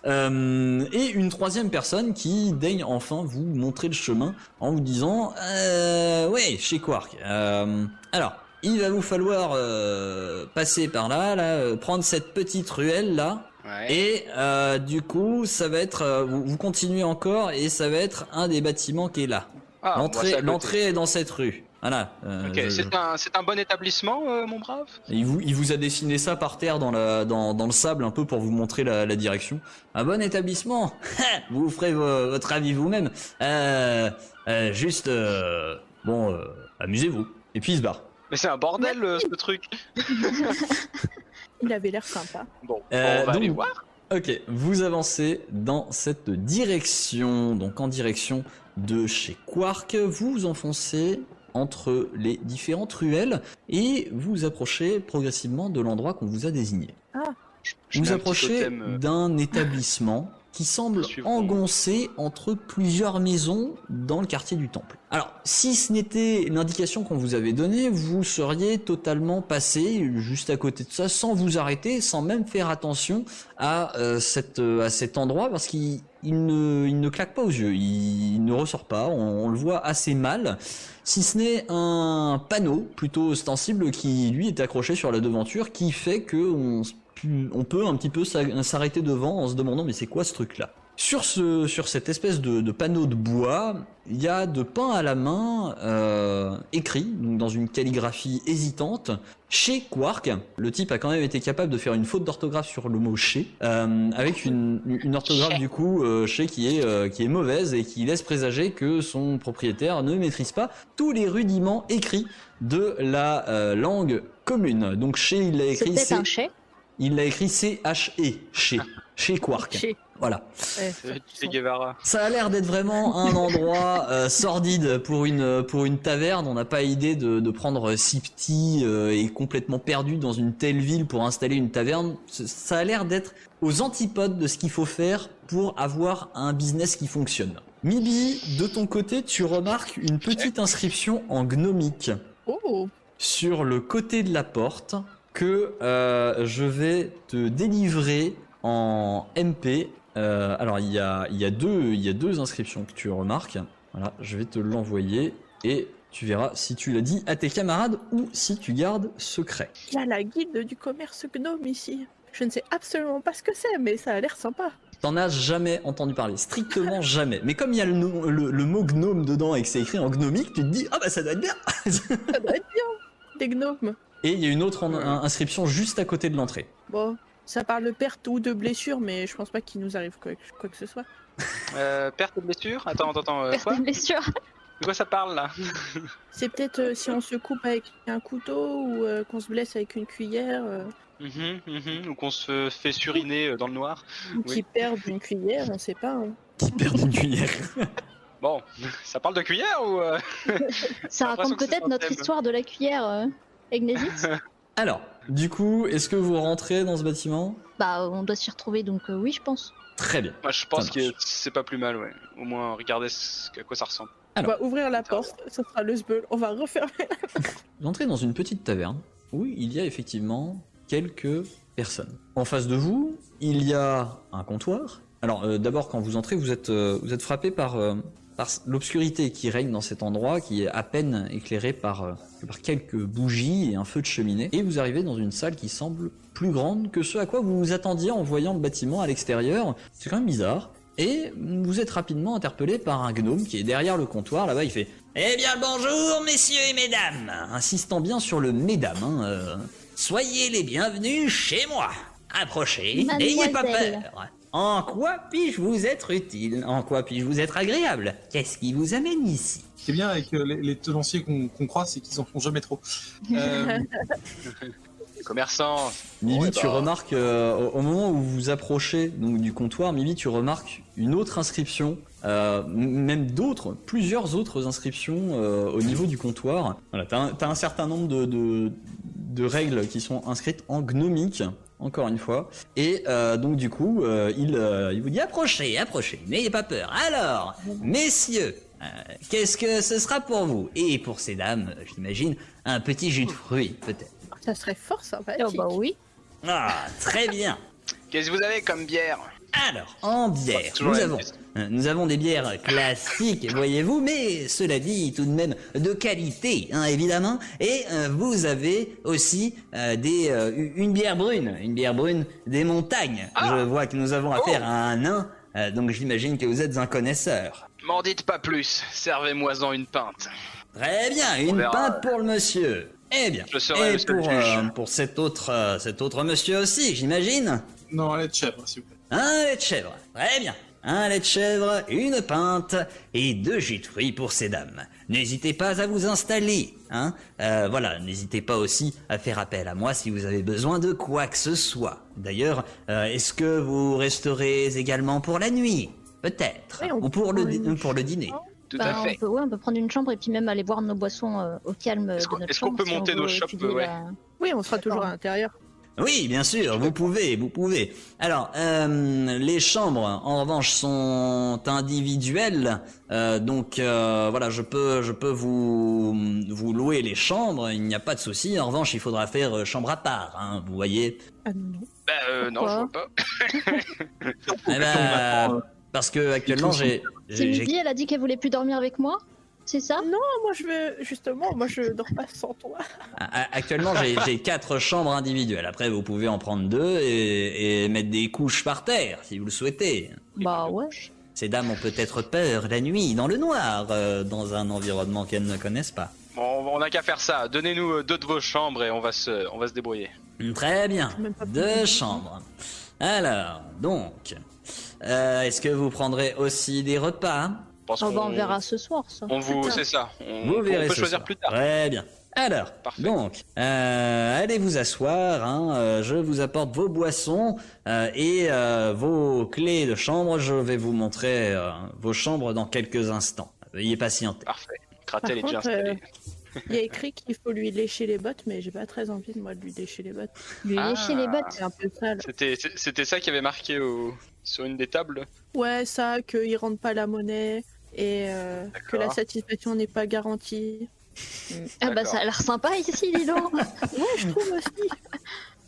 Euh, et une troisième personne qui daigne enfin vous montrer le chemin en vous disant euh, ouais, chez Quark. Euh, alors. Il va vous falloir euh, passer par là, là, euh, prendre cette petite ruelle là, Ouais. et euh, du coup, ça va être, euh, vous, vous continuez encore, et ça va être un des bâtiments qui est là. Ah, on voit ça à L'entrée, côté. l'entrée est dans cette rue. Voilà. euh, Ok, je- je- c'est un, c'est un bon établissement, euh, mon brave. Il vous, il vous a dessiné ça par terre dans, la, dans, dans le sable un peu pour vous montrer la, la direction. Un bon établissement. Vous ferez vo- votre avis vous-même. Euh, euh, juste, euh, bon, euh, amusez-vous. Et puis il se barre. Mais c'est un bordel, euh, ce truc. Il avait l'air sympa. Bon, Euh, on va donc- aller voir. Ok, vous avancez dans cette direction, donc en direction de chez Quark. Vous vous enfoncez entre les différentes ruelles et vous approchez progressivement de l'endroit qu'on vous a désigné. Je Vous mets un petit approchez totem, euh, d'un établissement qui semble Suivre. engoncé entre plusieurs maisons dans le quartier du Temple. Alors, si ce n'était l'indication qu'on vous avait donnée, vous seriez totalement passé juste à côté de ça, sans vous arrêter, sans même faire attention à, euh, cette, euh, à cet endroit, parce qu'il il ne, il ne claque pas aux yeux, il, il ne ressort pas, on, on le voit assez mal, si ce n'est un panneau plutôt ostensible qui, lui, est accroché sur la devanture, qui fait que on se on peut un petit peu s'a- s'arrêter devant en se demandant mais c'est quoi ce truc là. Sur, ce, sur cette espèce de, de panneau de bois, il y a de pain à la main euh, écrit, donc dans une calligraphie hésitante, chez Quark. Le type a quand même été capable de faire une faute d'orthographe sur le mot chez, euh, avec une, une orthographe du coup euh, chez qui est, euh, qui est mauvaise et qui laisse présager que son propriétaire ne maîtrise pas tous les rudiments écrits de la euh, langue commune. Donc chez, il l'a C'est écrit peut-être C. un chais. Il l'a écrit C H E, chez, chez Quark. Chez. Voilà. Ouais, euh, Che Guevara. Ça a l'air d'être vraiment un endroit euh, sordide pour une pour une taverne. On n'a pas idée de, de prendre si petit euh, et complètement perdu dans une telle ville pour installer une taverne. C- Ça a l'air d'être aux antipodes de ce qu'il faut faire pour avoir un business qui fonctionne. Mibi, de ton côté, tu remarques une petite inscription en gnomique Oh, sur le côté de la porte que euh, je vais te délivrer en M P Euh, alors il y a, il y a deux, il y a deux inscriptions que tu remarques. Voilà, je vais te l'envoyer et tu verras si tu l'as dit à tes camarades ou si tu gardes secret. Il y a la guilde du commerce gnome ici. Je ne sais absolument pas ce que c'est, mais ça a l'air sympa. T'en as jamais entendu parler, strictement jamais. Mais comme il y a le, no- le, le mot gnome dedans et que c'est écrit en gnomique, tu te dis ah bah ça doit être bien. Ça doit être bien, des gnomes. Et il y a une autre en- un- inscription juste à côté de l'entrée. Bon, ça parle de perte ou de blessure, mais je pense pas qu'il nous arrive quoi, quoi que ce soit. Euh, perte de blessure. Attends, attends, attends. euh, Perte quoi de blessure. De quoi ça parle là? C'est peut-être euh, si on se coupe avec un couteau ou euh, qu'on se blesse avec une cuillère, euh, Mhm, mhm, ou qu'on se fait suriner euh, dans le noir. ou Oui. qui perd une cuillère, on sait pas. Hein. Qui perd une cuillère. Bon, ça parle de cuillère ou euh... Ça J'ai l'impression raconte que c'est peut-être un notre thème. histoire de la cuillère, euh, Egnésis. Alors, du coup, est-ce que vous rentrez dans ce bâtiment? Bah, on doit s'y retrouver, donc euh, oui, je pense. Très bien. Moi, je pense Ça que marche. c'est pas plus mal, ouais. Au moins, regardez ce- à quoi ça ressemble. Alors. On va ouvrir la porte, ça sera le sbeul, on va refermer. Vous entrez dans une petite taverne où il y a effectivement quelques personnes. En face de vous, il y a un comptoir. Alors euh, d'abord, quand vous entrez, vous êtes, euh, vous êtes frappé par, euh, par l'obscurité qui règne dans cet endroit, qui est à peine éclairé par, euh, par quelques bougies et un feu de cheminée. Et vous arrivez dans une salle qui semble plus grande que ce à quoi vous vous attendiez en voyant le bâtiment à l'extérieur. C'est quand même bizarre. Et vous êtes rapidement interpellé par un gnome qui est derrière le comptoir. Là-bas, il fait « Eh bien, bonjour, messieurs et mesdames !» insistant bien sur le « mesdames hein, euh, soyez les bienvenus chez moi. Approchez, n'ayez pas Mademoiselle. peur. En quoi puis-je vous être utile? En quoi puis-je vous être agréable? Qu'est-ce qui vous amène ici? Ce qui est bien avec euh, les, les tenanciers qu'on qu'on croit, c'est qu'ils en font jamais trop. Euh, Les commerçants. Mibi, Ouais, tu bah. remarques, euh, au, au moment où vous approchez donc, du comptoir, Mibi, tu remarques une autre inscription, euh, m- même d'autres, plusieurs autres inscriptions euh, au niveau du comptoir. Voilà, t'as un, t'as un certain nombre de, de, de règles qui sont inscrites en gnomique, encore une fois. Et euh, donc du coup, euh, il, euh, il vous dit approchez, approchez, n'ayez pas peur. Alors, messieurs, euh, qu'est-ce que ce sera pour vous? Et pour ces dames, j'imagine, un petit jus de fruits, peut-être. Ça serait fort sympathique. Oh bah oui. Ah, très bien. Qu'est-ce que vous avez comme bière? Alors, en bière, Toujours nous la même avons, question. euh, nous avons des bières classiques, voyez-vous, mais cela dit, tout de même de qualité, hein, évidemment. Et euh, vous avez aussi euh, des, euh, une bière brune, une bière brune des montagnes. Ah. Je vois que nous avons affaire Oh. à un nain, euh, donc j'imagine que vous êtes un connaisseur. M'en dites pas plus, servez-moi-en une pinte. Très bien, une verra. pinte pour le monsieur. Eh bien, Je serai et le seul pour, juge. euh, pour cet autre, euh, cet autre monsieur aussi, j'imagine. non, lait de chèvre, s'il vous plaît. Un lait de chèvre, très bien. Un lait de chèvre, une pinte et deux jus de fruits pour ces dames. N'hésitez pas à vous installer, hein. Euh, voilà, n'hésitez pas aussi à faire appel à moi si vous avez besoin de quoi que ce soit. D'ailleurs, euh, est-ce que vous resterez également pour la nuit? Peut-être. Oui, on Ou pour le, prend di- une pour le dîner. Tout Bah, à on fait. peut, ouais, on peut prendre une chambre et puis même aller boire nos boissons euh, au calme Est-ce de qu'on- notre est-ce qu'on chambre. peut si on monter veut nos shops, étudier ouais. la- Oui, on sera D'accord. toujours à l'intérieur. Oui, bien sûr, vous pouvez, vous pouvez. Alors, euh, les chambres, en revanche, sont individuelles, euh, donc euh, voilà, je peux, je peux vous, vous louer les chambres, il n'y a pas de souci. En revanche, il faudra faire euh, chambre à part, hein, vous voyez. Ah non, non. Bah euh, non, je vois Pourquoi pas. Eh ben, parce que actuellement, j'ai, C'est j'ai, j'ai- Midi, elle a dit qu'elle voulait plus dormir avec moi. C'est ça? Non, moi je veux justement, moi je dors pas sans toi. a- a- actuellement, j'ai, j'ai quatre chambres individuelles. Après, vous pouvez en prendre deux et, et mettre des couches par terre, si vous le souhaitez. Bah ouais. Ces dames ont peut-être peur la nuit, dans le noir, euh, dans un environnement qu'elles ne connaissent pas. Bon, on n'a qu'à faire ça. Donnez-nous euh, deux de vos chambres et on va se, on va se débrouiller. Très bien, Même pas deux plus. chambres. Alors, donc, euh, est-ce que vous prendrez aussi des repas? Je pense Oh, bah, on qu'on- verra ce soir, ça. On vous, Plus tard. c'est ça. On, Vous on verrez peut ce choisir soir. plus tard. Très bien. Alors, Parfait. donc, euh, allez vous asseoir, hein, euh, je vous apporte vos boissons euh, et euh, vos clés de chambre. Je vais vous montrer euh, vos chambres dans quelques instants. Veuillez patienter. Parfait. Par Kratel est déjà contre, installé. euh, il y a écrit qu'il faut lui lécher les bottes, mais j'ai pas très envie de moi de lui lécher les bottes. Lui Ah. lécher les bottes. C'est un peu sale. C'était, c'est- c'était ça qui avait marqué au, sur une des tables. Ouais, ça, qu'il rentre pas la monnaie et euh, que la D'accord. satisfaction n'est pas garantie. Ah bah D'accord. ça a l'air sympa ici, dis donc. Ouais, je trouve aussi.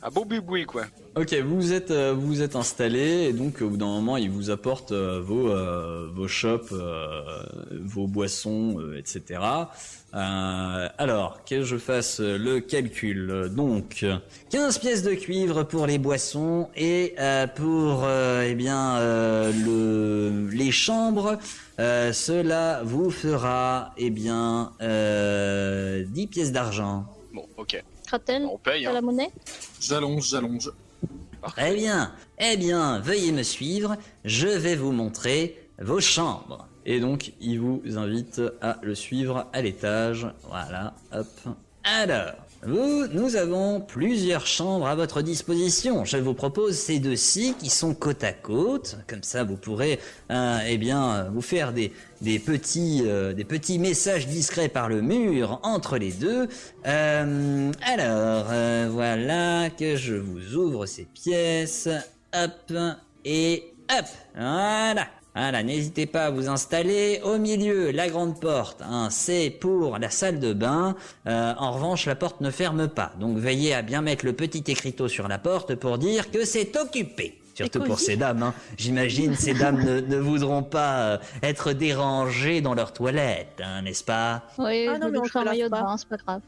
Un beau boui quoi. Ok, vous êtes euh, vous êtes installé et donc au bout d'un moment il vous apporte euh, vos euh, vos chopes, euh, vos boissons, euh, et cetera. Euh, alors que je fasse le calcul. Donc quinze pièces de cuivre pour les boissons et euh, pour euh, eh bien euh, le les chambres. Euh, cela vous fera eh bien euh, dix pièces d'argent. Bon, ok. Kratel, On paye. t'as Hein. la monnaie? J'allonge, j'allonge. Très bien. Eh bien, veuillez me suivre. Je vais vous montrer vos chambres. Et donc il vous invite à le suivre à l'étage. Voilà, hop. Alors, vous, nous avons plusieurs chambres à votre disposition. Je vous propose ces deux-ci qui sont côte à côte. Comme ça, vous pourrez, euh, eh bien, vous faire des des petits euh, des petits messages discrets par le mur entre les deux. Euh, alors, euh, voilà que je vous ouvre ces pièces. Hop et hop. Voilà. Voilà, n'hésitez pas à vous installer. Au milieu, la grande porte, hein, c'est pour la salle de bain. Euh, en revanche, la porte ne ferme pas. Donc veillez à bien mettre le petit écriteau sur la porte pour dire que c'est occupé. Surtout pour ces dames, hein. J'imagine ces dames ne, ne voudront pas euh, être dérangées dans leur toilette, hein, n'est-ce pas? Oui, Ah non, je mais on douche se un lave maillot de pas. bain, c'est pas grave.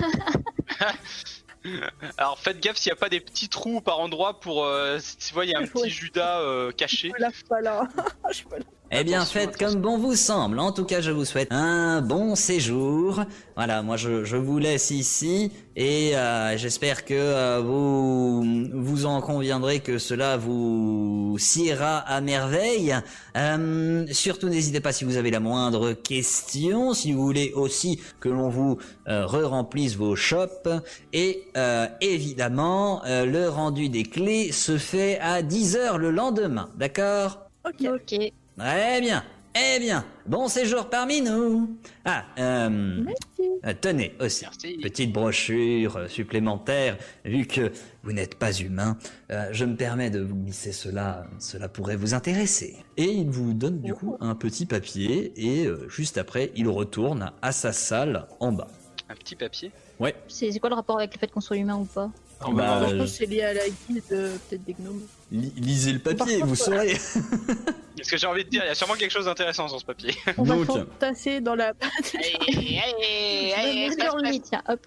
Alors faites gaffe s'il n'y a pas des petits trous par endroit pour... Euh, tu vois, il y a un petit Ouais. Judas euh, caché. Je me lave pas là. Je suis pas là. Eh bien, Attention, faites attention. comme bon vous semble. En tout cas, je vous souhaite un bon séjour. Voilà, moi, je, je vous laisse ici et euh, j'espère que euh, vous vous en conviendrez que cela vous siera à merveille. Euh, surtout, n'hésitez pas si vous avez la moindre question, si vous voulez aussi que l'on vous euh, re-remplisse vos shops. Et euh, évidemment, euh, le rendu des clés se fait à dix heures le lendemain. D'accord ? Ok. Ok. Très bien. Eh bien, bon séjour parmi nous. Ah, euh, Merci. euh, tenez aussi, Merci. petite brochure euh, supplémentaire, vu que vous n'êtes pas humain, euh, je me permets de vous glisser cela, cela pourrait vous intéresser. Et il vous donne du coup un petit papier et euh, juste après il retourne à sa salle en bas. Un petit papier. Ouais. C'est c'est quoi le rapport avec le fait qu'on soit humain ou pas? Ah, Bah, Je je- pense que c'est lié à la guilde, euh, peut-être des gnomes. Li- lisez le papier, Par contre, vous saurez. Est-ce que j'ai envie de dire, il y a sûrement quelque chose d'intéressant sur ce papier. On va Donc. fantasser dans la... Allez, allez, allez, Je sur lui, tiens, hop.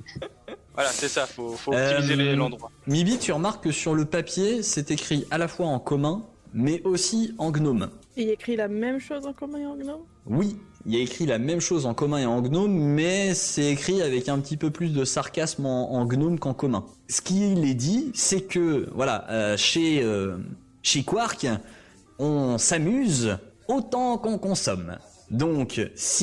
Voilà, c'est ça, faut, faut Euh, optimiser les- l'endroit. Mibi, tu remarques que sur le papier, c'est écrit à la fois en commun, mais aussi en gnome. Il écrit la même chose en commun et en gnome. Oui, il y a écrit la même chose en commun et en gnome, mais c'est écrit avec un petit peu plus de sarcasme en, en gnome qu'en commun. Ce qu'il est dit, c'est que voilà, euh, chez euh, chez Quark, on s'amuse autant qu'on consomme. Donc,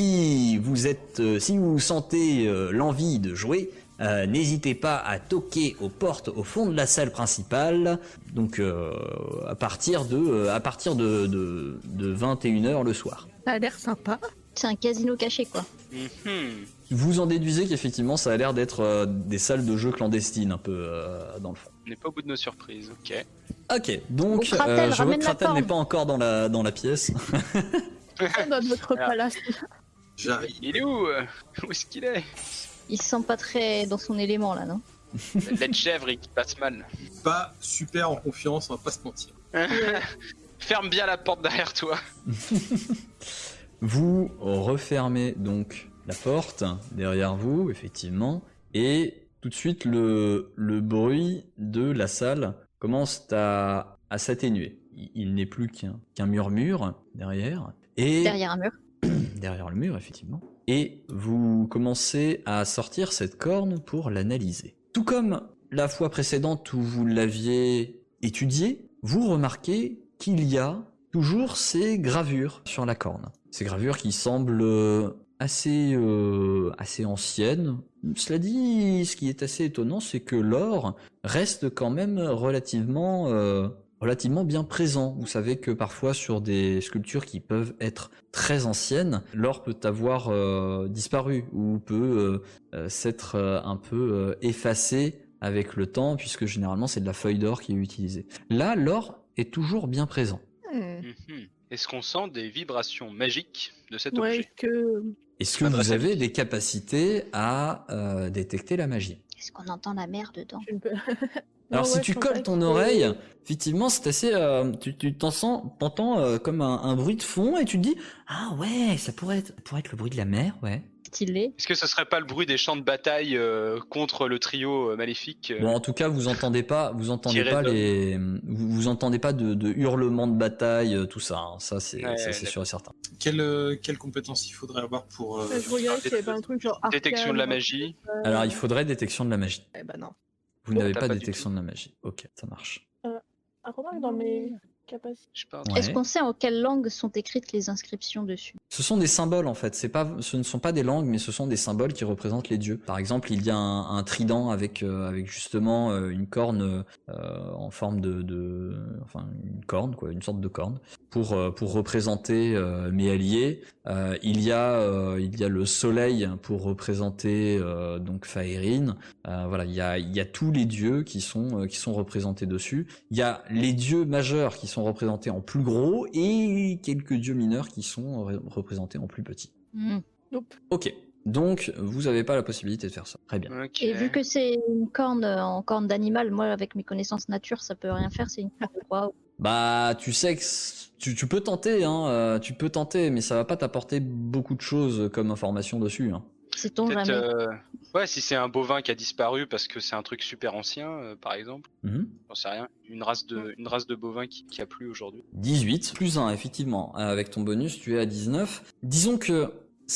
si vous êtes, euh, si vous sentez euh, l'envie de jouer, euh, n'hésitez pas à toquer aux portes au fond de la salle principale. Donc, euh, à partir de, euh, à partir de, de, de vingt et une heures le soir. Ça a l'air sympa. C'est un casino caché, quoi. Mhm. Vous en déduisez qu'effectivement, ça a l'air d'être euh, des salles de jeux clandestines un peu euh, dans le fond. On n'est pas au bout de nos surprises, ok. Ok, donc Bon, Kratel, euh, je vois ramène que la Kratel n'est corne. pas encore dans la dans la pièce. Dans notre Alors. palace. J'arrive. Il est où euh Où est-ce qu'il est Il se sent pas très dans son élément, là, non? Le lait de chèvre et qui passe mal. Pas super en confiance, on va pas se mentir. Ferme bien la porte derrière toi. Vous refermez donc la porte derrière vous, effectivement, et tout de suite le, le bruit de la salle commence à, à s'atténuer. Il, il n'est plus qu'un qu'un murmure derrière, et Derrière un mur. derrière le mur, effectivement, et vous commencez à sortir cette corne pour l'analyser. Tout comme la fois précédente où vous l'aviez étudiée, vous remarquez qu'il y a toujours ces gravures sur la corne. Ces gravures qui semblent euh, assez, euh, assez anciennes. Cela dit, ce qui est assez étonnant, c'est que l'or reste quand même relativement, euh, relativement bien présent. Vous savez que parfois sur des sculptures qui peuvent être très anciennes, l'or peut avoir euh, disparu ou peut euh, euh, s'être euh, un peu euh, effacé avec le temps, puisque généralement c'est de la feuille d'or qui est utilisée. Là, l'or est toujours bien présent. Hmm. Mhm. Est-ce qu'on sent des vibrations magiques de cet Ouais, objet que... Est-ce que Adresse vous à avez lui. des capacités à euh, détecter la magie? Est-ce qu'on entend la mer dedans? Je ne peux- Alors Non, si ouais, tu je colles pensais ton que- oreille, effectivement c'est assez, euh, tu tu t'en sens, t'entends euh, comme un, un bruit de fond et tu te dis ah ouais ça pourrait être, ça pourrait être le bruit de la mer, ouais. Stylé. Est-ce que ce serait pas le bruit des champs de bataille euh, contre le trio euh, maléfique euh, Bon en tout cas vous entendez pas, vous entendez Qui pas résonne. les, vous, vous entendez pas de, de hurlements de bataille, euh, tout ça, hein. ça c'est, Ouais, ça, c'est d'accord. sûr et certain. Quelle, euh, quelle compétence il faudrait avoir pour. euh, Ouais, je regardais s'il y avait pas un truc genre Détection de la arcane, magie. euh, Alors il faudrait détection de la magie. Eh ben non. Vous Bon, n'avez t'as pas pas de du détection de la magie. Ok, ça marche. Ah, remarque dans mes capacités. Je sais pas. Ouais. Est-ce qu'on sait en quelle langue sont écrites les inscriptions dessus? Ce sont des symboles en fait. C'est pas, ce ne sont pas des langues, mais ce sont des symboles qui représentent les dieux. Par exemple, il y a un, un trident avec euh, avec justement euh, une corne euh, en forme de, de, enfin une corne quoi, une sorte de corne pour euh, pour représenter euh, mes alliés. Euh, il y a euh, il y a le soleil pour représenter euh, donc Faerine. Euh, voilà, il y a il y a tous les dieux qui sont euh, qui sont représentés dessus. Il y a les dieux majeurs qui sont représentés en plus gros et quelques dieux mineurs qui sont re- représentés en plus petit. Hmm. Nope. Ok, donc vous avez pas la possibilité de faire ça. Très bien. Ok. Et vu que c'est une corne euh, en corne d'animal, moi avec mes connaissances nature, ça peut rien faire. C'est une corne de quoi? Bah, tu sais que c- tu, tu peux tenter, hein, euh, tu peux tenter, mais ça va pas t'apporter beaucoup de choses comme information dessus. Hein. Sait-on Peut-être, jamais? euh, ouais, si c'est un bovin qui a disparu parce que c'est un truc super ancien, euh, par exemple. Mhm. J'en sais rien. Une race de, une race de bovins qui, qui a plus aujourd'hui. dix-huit, plus un, effectivement. Euh, Avec ton bonus, tu es à dix-neuf. Disons que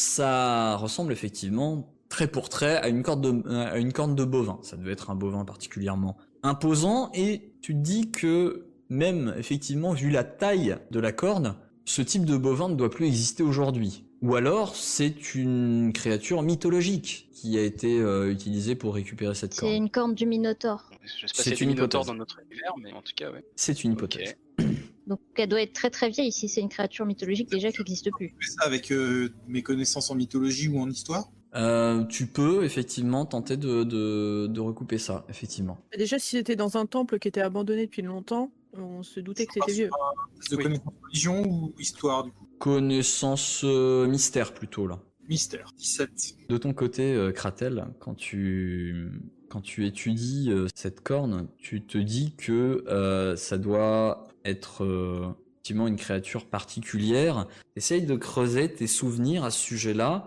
ça ressemble effectivement trait pour trait à une corne de, à une corne de bovin. Ça devait être un bovin particulièrement imposant et tu te dis que même effectivement vu la taille de la corne, ce type de bovin ne doit plus exister aujourd'hui. Ou alors c'est une créature mythologique qui a été euh, utilisée pour récupérer cette C'est corne. une corne du Minotaure. Je sais pas C'est si c'est une une Minotaur hypothèse. dans notre univers, mais en tout cas, ouais. C'est une Ok. hypothèse. Donc elle doit être très très vieille si c'est une créature mythologique déjà qui n'existe plus. Je fais ça avec euh, mes connaissances en mythologie ou en histoire. Euh, tu peux effectivement tenter de, de, de recouper ça, effectivement. Déjà, si c'était dans un temple qui était abandonné depuis longtemps, on se doutait que c'était vieux. De Oui. connaissances religion ou histoire, du coup. Connaissance euh, mystère plutôt là. Mystère. dix-sept. De ton côté, euh, Kratel, quand tu quand tu étudies euh, cette corne, tu te dis que euh, ça doit être euh, effectivement une créature particulière. Essaye de creuser tes souvenirs à ce sujet-là.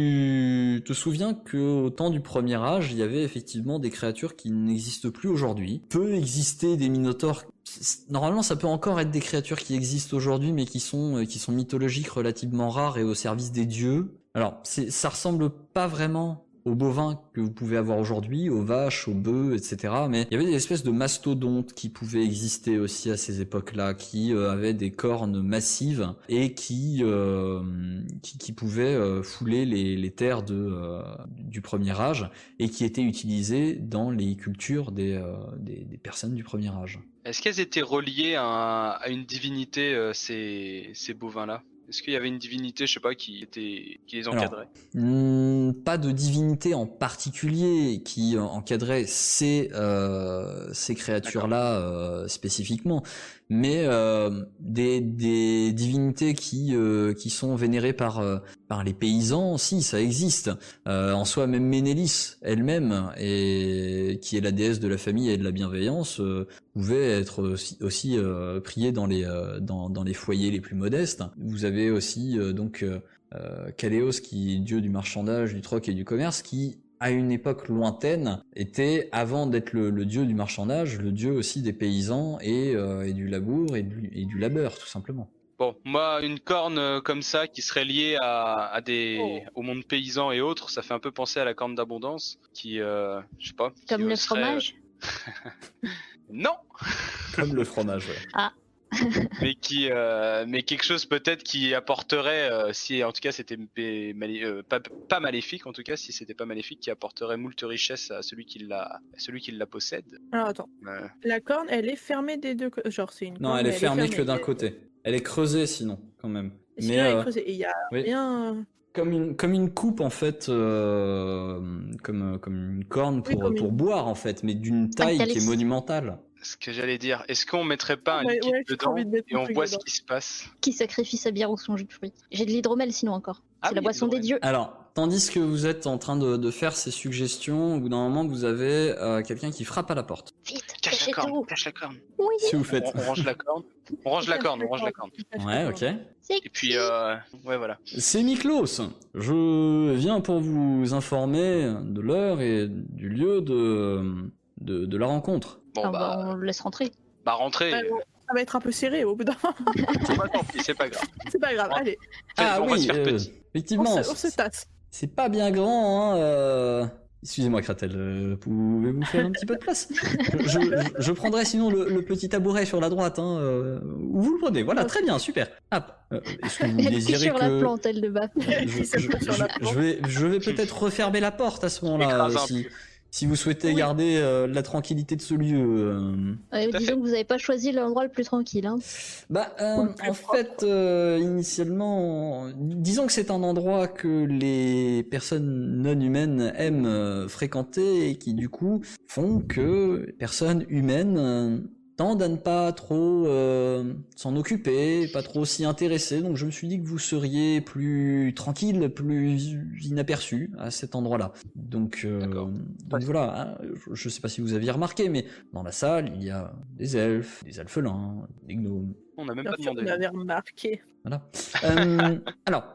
Tu te souviens que au temps du premier âge, il y avait effectivement des créatures qui n'existent plus aujourd'hui. Peut exister des minotaures. Normalement, ça peut encore être des créatures qui existent aujourd'hui, mais qui sont euh, qui sont mythologiques, relativement rares et au service des dieux. Alors, c'est, ça ressemble pas vraiment aux bovins que vous pouvez avoir aujourd'hui, aux vaches, aux bœufs, et cetera. Mais il y avait des espèces de mastodontes qui pouvaient exister aussi à ces époques-là, qui euh, avaient des cornes massives et qui euh, qui, qui pouvaient euh, fouler les, les terres de euh, du premier âge et qui étaient utilisées dans les cultures des euh, des, des personnes du premier âge. Est-ce qu'elles étaient reliées à, à une divinité, euh, ces, ces bovins-là? Est-ce qu'il y avait une divinité, je sais pas, qui était, qui les encadrait? Hmm, pas de divinité en particulier qui euh, encadrait ces euh, ces créatures-là euh, spécifiquement, mais euh, des des divinités qui euh, qui sont vénérées par euh, par les paysans, si ça existe. Euh, en soi, même Ménélis elle-même, et qui est la déesse de la famille et de la bienveillance, euh, pouvait être aussi, aussi euh, priée dans les euh, dans dans les foyers les plus modestes. Vous avez aussi euh, donc euh, Euh, Kaléos, qui est dieu du marchandage, du troc et du commerce, qui à une époque lointaine était, avant d'être le, le dieu du marchandage, le dieu aussi des paysans et, euh, et du labour et du, et du labeur, tout simplement. Bon, moi, une corne euh, comme ça qui serait liée à, à des, Oh. au monde paysan et autres, ça fait un peu penser à la corne d'abondance, qui, euh, je sais pas. qui, Comme euh, le serait, fromage. euh, Non, Comme le fromage, ouais. mais qui, euh, mais quelque chose peut-être qui apporterait, euh, si en tout cas c'était p- malé- euh, pas, pas maléfique, en tout cas si c'était pas maléfique, qui apporterait moult richesse à celui qui la, à celui qui la possède. Alors attends, Euh, la corne, elle est fermée des deux côtés. Genre, c'est une Non, corne, elle est mais fermée que d'un Elle- côté. Elle est creusée sinon, quand même. Et sinon, Mais elle est euh, creusée. Et il y a oui. rien. comme une comme une coupe en fait, euh, comme comme une corne pour Oui, comme pour une- boire en fait, mais d'une taille qui est calice. monumentale. ce que j'allais dire, est-ce qu'on mettrait pas un Ouais, liquide ouais, j'ai dedans envie de mettre et un on truc voit ce dedans. qui se passe? Qui sacrifie sa bière ou son jus de fruits? J'ai de l'hydromel sinon encore. Ah C'est la oui, boisson des l'hydromel. dieux. Alors, tandis que vous êtes en train de, de faire ces suggestions, au bout d'un moment, vous avez euh, quelqu'un qui frappe à la porte. Vite, Cache cachez la corne, tout. cache la corne. Oui. Si vous faites. On, on range la corne. On range la corne, on range la corne. Ouais, ok. C'est Et puis, euh, ouais, voilà. C'est Miklos. Je viens pour vous informer de l'heure et du lieu de, de, de la rencontre. Bon, Ah, bah, bah, on le laisse rentrer. bah, rentrez. Ouais, bon, ça va être un peu serré au bout d'un moment. Bah, tant pis, c'est pas grave. C'est pas grave, allez, Ah on va oui, se faire euh, petit. effectivement. on se, on se tasse. C'est pas bien grand, hein. Euh... Excusez-moi, Kratel, euh, pouvez-vous faire un petit peu de place? je, je, je prendrai sinon le, le petit tabouret sur la droite, hein. Euh, où vous le prenez. Voilà, très bien, super. Hop. Euh, Est-ce que vous Elle désirez sur que la plante, elle de bas. je, je, je, je vais, je vais peut-être refermer la porte à ce moment-là, Écrase un si, peu. si vous souhaitez Oui. garder euh, la tranquillité de ce lieu. Euh... Ouais, Tout à disons fait. que vous n'avez pas choisi l'endroit le plus tranquille. Hein. Bah, euh, Ou le plus en propre. fait, euh, initialement, disons que c'est un endroit que les personnes non humaines aiment euh, fréquenter et qui, du coup, font que les personnes humaines euh, tendent à ne pas trop euh, s'en occuper, pas trop s'y intéresser. Donc, je me suis dit que vous seriez plus tranquille, plus inaperçu à cet endroit-là. Donc, euh, D'accord. donc voilà. hein, Je, je sais pas si vous aviez remarqué, mais dans la salle, il y a des elfes, des elfelins, des gnomes. On n'a même Bien pas sûr, demandé. on avait remarqué. Voilà. Euh, alors,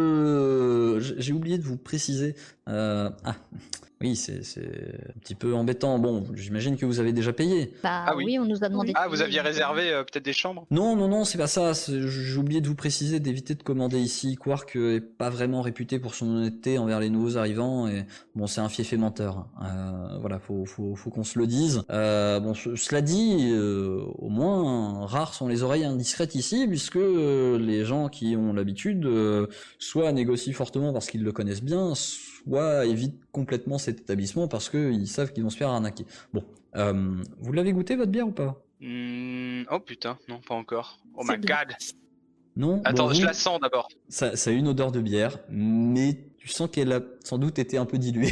je j'ai oublié de vous préciser. Euh, ah, oui, c'est c'est un petit peu embêtant. Bon, j'imagine que vous avez déjà payé. Bah Ah oui. oui. on nous a demandé. de Ah, vous payer. aviez réservé euh, peut-être des chambres? Non, non, non, c'est pas ça. c'est- J'ai oublié de vous préciser d'éviter de commander ici. Quark est pas vraiment réputé pour son honnêteté envers les nouveaux arrivants et bon, c'est un fiefé menteur. Euh, voilà, faut faut faut qu'on se le dise. Euh, bon, ce- cela dit, euh, au moins rares sont les oreilles indiscrètes ici, puisque euh, les gens qui ont l'habitude euh, soit négocient fortement parce qu'ils le connaissent bien, soit évitent complètement cet établissement parce qu'ils savent qu'ils vont se faire arnaquer. Bon, euh, vous l'avez goûté votre bière ou pas? Hmm, oh putain, non, pas encore. Oh C'est my bien. god. Non. Attends, Bon, je vous- la sens d'abord. Ça, ça a une odeur de bière, mais tu sens qu'elle a sans doute été un peu diluée.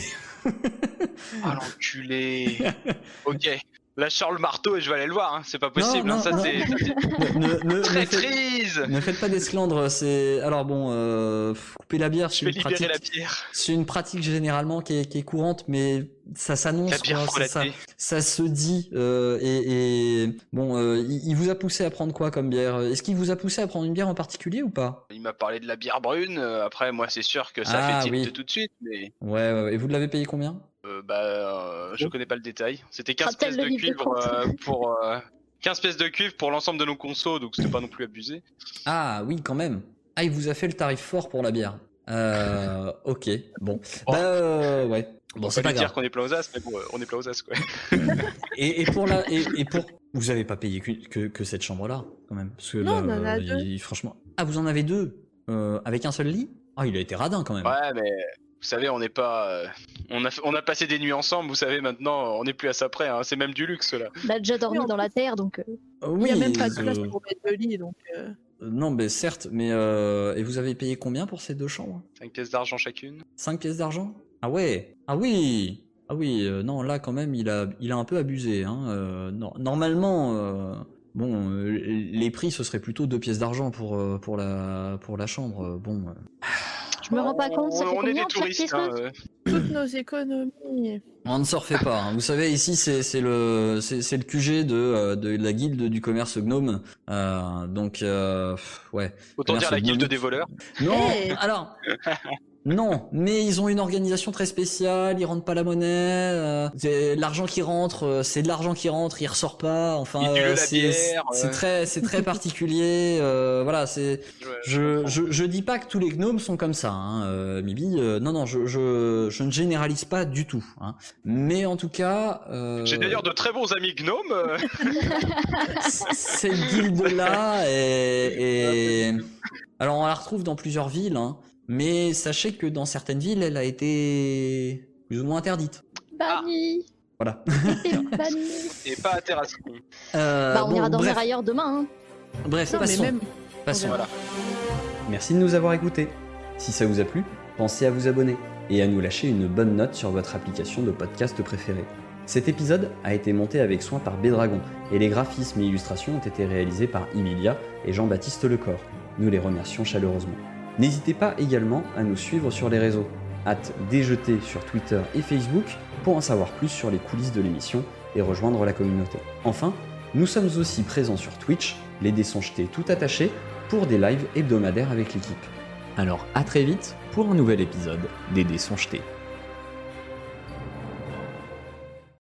Ah l'enculé. Ok. Là, je sors le marteau et je vais aller le voir. Hein. C'est pas possible. Non, hein. non, Ça, non. c'est ça, c'est ne, ne, ne, faites, traîtrise. ne faites pas d'esclandre. C'est alors bon, euh, couper la bière, Je c'est vais une libérer pratique. la bière. C'est une pratique généralement qui est, qui est courante, mais ça s'annonce. La bière quoi, ça, ça, frelatée. ça se dit. Euh, et, et bon, euh, il, il vous a poussé à prendre quoi comme bière? Est-ce qu'il vous a poussé à prendre une bière en particulier ou pas? Il m'a parlé de la bière brune. euh, Après, moi, c'est sûr que ça Ah, fait tilt oui. tout de suite. Mais Ouais, ouais, ouais. Et vous l'avez payé combien? euh, bah, euh, je connais pas le détail. C'était quinze Rappelle pièces le de livre de cuivre compte. euh, pour euh, quinze pièces de cuivre pour l'ensemble de nos consos, donc c'était pas non plus abusé. Ah oui, quand même. Ah, il vous a fait le tarif fort pour la bière. Euh, ok, bon. Oh. Bah euh, ouais. Bon, On c'est va pas lui dire grave. qu'on est plein aux as, mais bon, euh, on est plein aux as quoi. Et, et pour la, et, et pour, vous avez pas payé que, que, que cette chambre-là, quand même, parce que Non, là, on en a euh, il- franchement. Ah, vous en avez deux, euh, avec un seul lit? Ah, il a été radin quand même. Ouais, mais vous savez, on n'est pas. euh, on, a, on a passé des nuits ensemble, vous savez, maintenant, on n'est plus à ça près. Hein. C'est même du luxe là. On a déjà dormi Oui, en dans la terre, donc. euh, Euh, Il oui, n'y a même pas de place euh, pour mettre le lit, donc... euh, euh, non, mais certes, mais euh, et vous avez payé combien pour ces deux chambres? cinq pièces d'argent chacune. Cinq pièces d'argent? Ah ouais. Ah oui. Ah oui. euh, non, là quand même, il a, il a un peu abusé. Hein. Euh, non, normalement, euh, bon, euh, les prix ce serait plutôt deux pièces d'argent pour euh, pour la pour la chambre. Euh, Bon. euh, Je me rends pas compte, ça On- fait on est combien des de chaque touristes. pièce, Hein, quoi euh. Toutes nos économies. On ne se refait pas. Hein. Vous savez, ici, c'est c'est le c'est c'est le Q G de euh, de la guilde du commerce gnome. Euh, donc euh, pff, ouais. Autant Commerce dire la guilde gnome. des voleurs. Non. Hey. Alors. Non, mais ils ont une organisation très spéciale, ils rentrent pas la monnaie, euh, c'est- l'argent qui rentre, euh, c'est de l'argent qui rentre, il ressort pas, enfin Ils diluent euh, la c'est bière, c'est ouais. très c'est très particulier, euh, voilà, c'est Ouais, je, comprends. je je dis pas que tous les gnomes sont comme ça, hein, euh, Mibi, euh, non non, je je je ne généralise pas du tout, hein, mais en tout cas, euh, J'ai d'ailleurs de très bons amis gnomes. euh. cette guilde-là est, est- alors on la retrouve dans plusieurs villes, hein, mais sachez que dans certaines villes, elle a été plus ou moins interdite. Banni. Voilà. T'es banni. Et pas à Terrascon. Euh, Bah, on bon, ira dormir bref, ailleurs demain. Hein. bref, Non, mais passons. même... passons. Voilà. Merci de nous avoir écoutés. Si ça vous a plu, pensez à vous abonner et à nous lâcher une bonne note sur votre application de podcast préférée. Cet épisode a été monté avec soin par Bédragon et les graphismes et illustrations ont été réalisés par Emilia et Jean-Baptiste Lecor. Nous les remercions chaleureusement. N'hésitez pas également à nous suivre sur les réseaux. arobase déjeté sur Twitter et Facebook pour en savoir plus sur les coulisses de l'émission et rejoindre la communauté. Enfin, nous sommes aussi présents sur Twitch, les dés sont jetés tout attachés, pour des lives hebdomadaires avec l'équipe. Alors à très vite pour un nouvel épisode des dés sont jetés.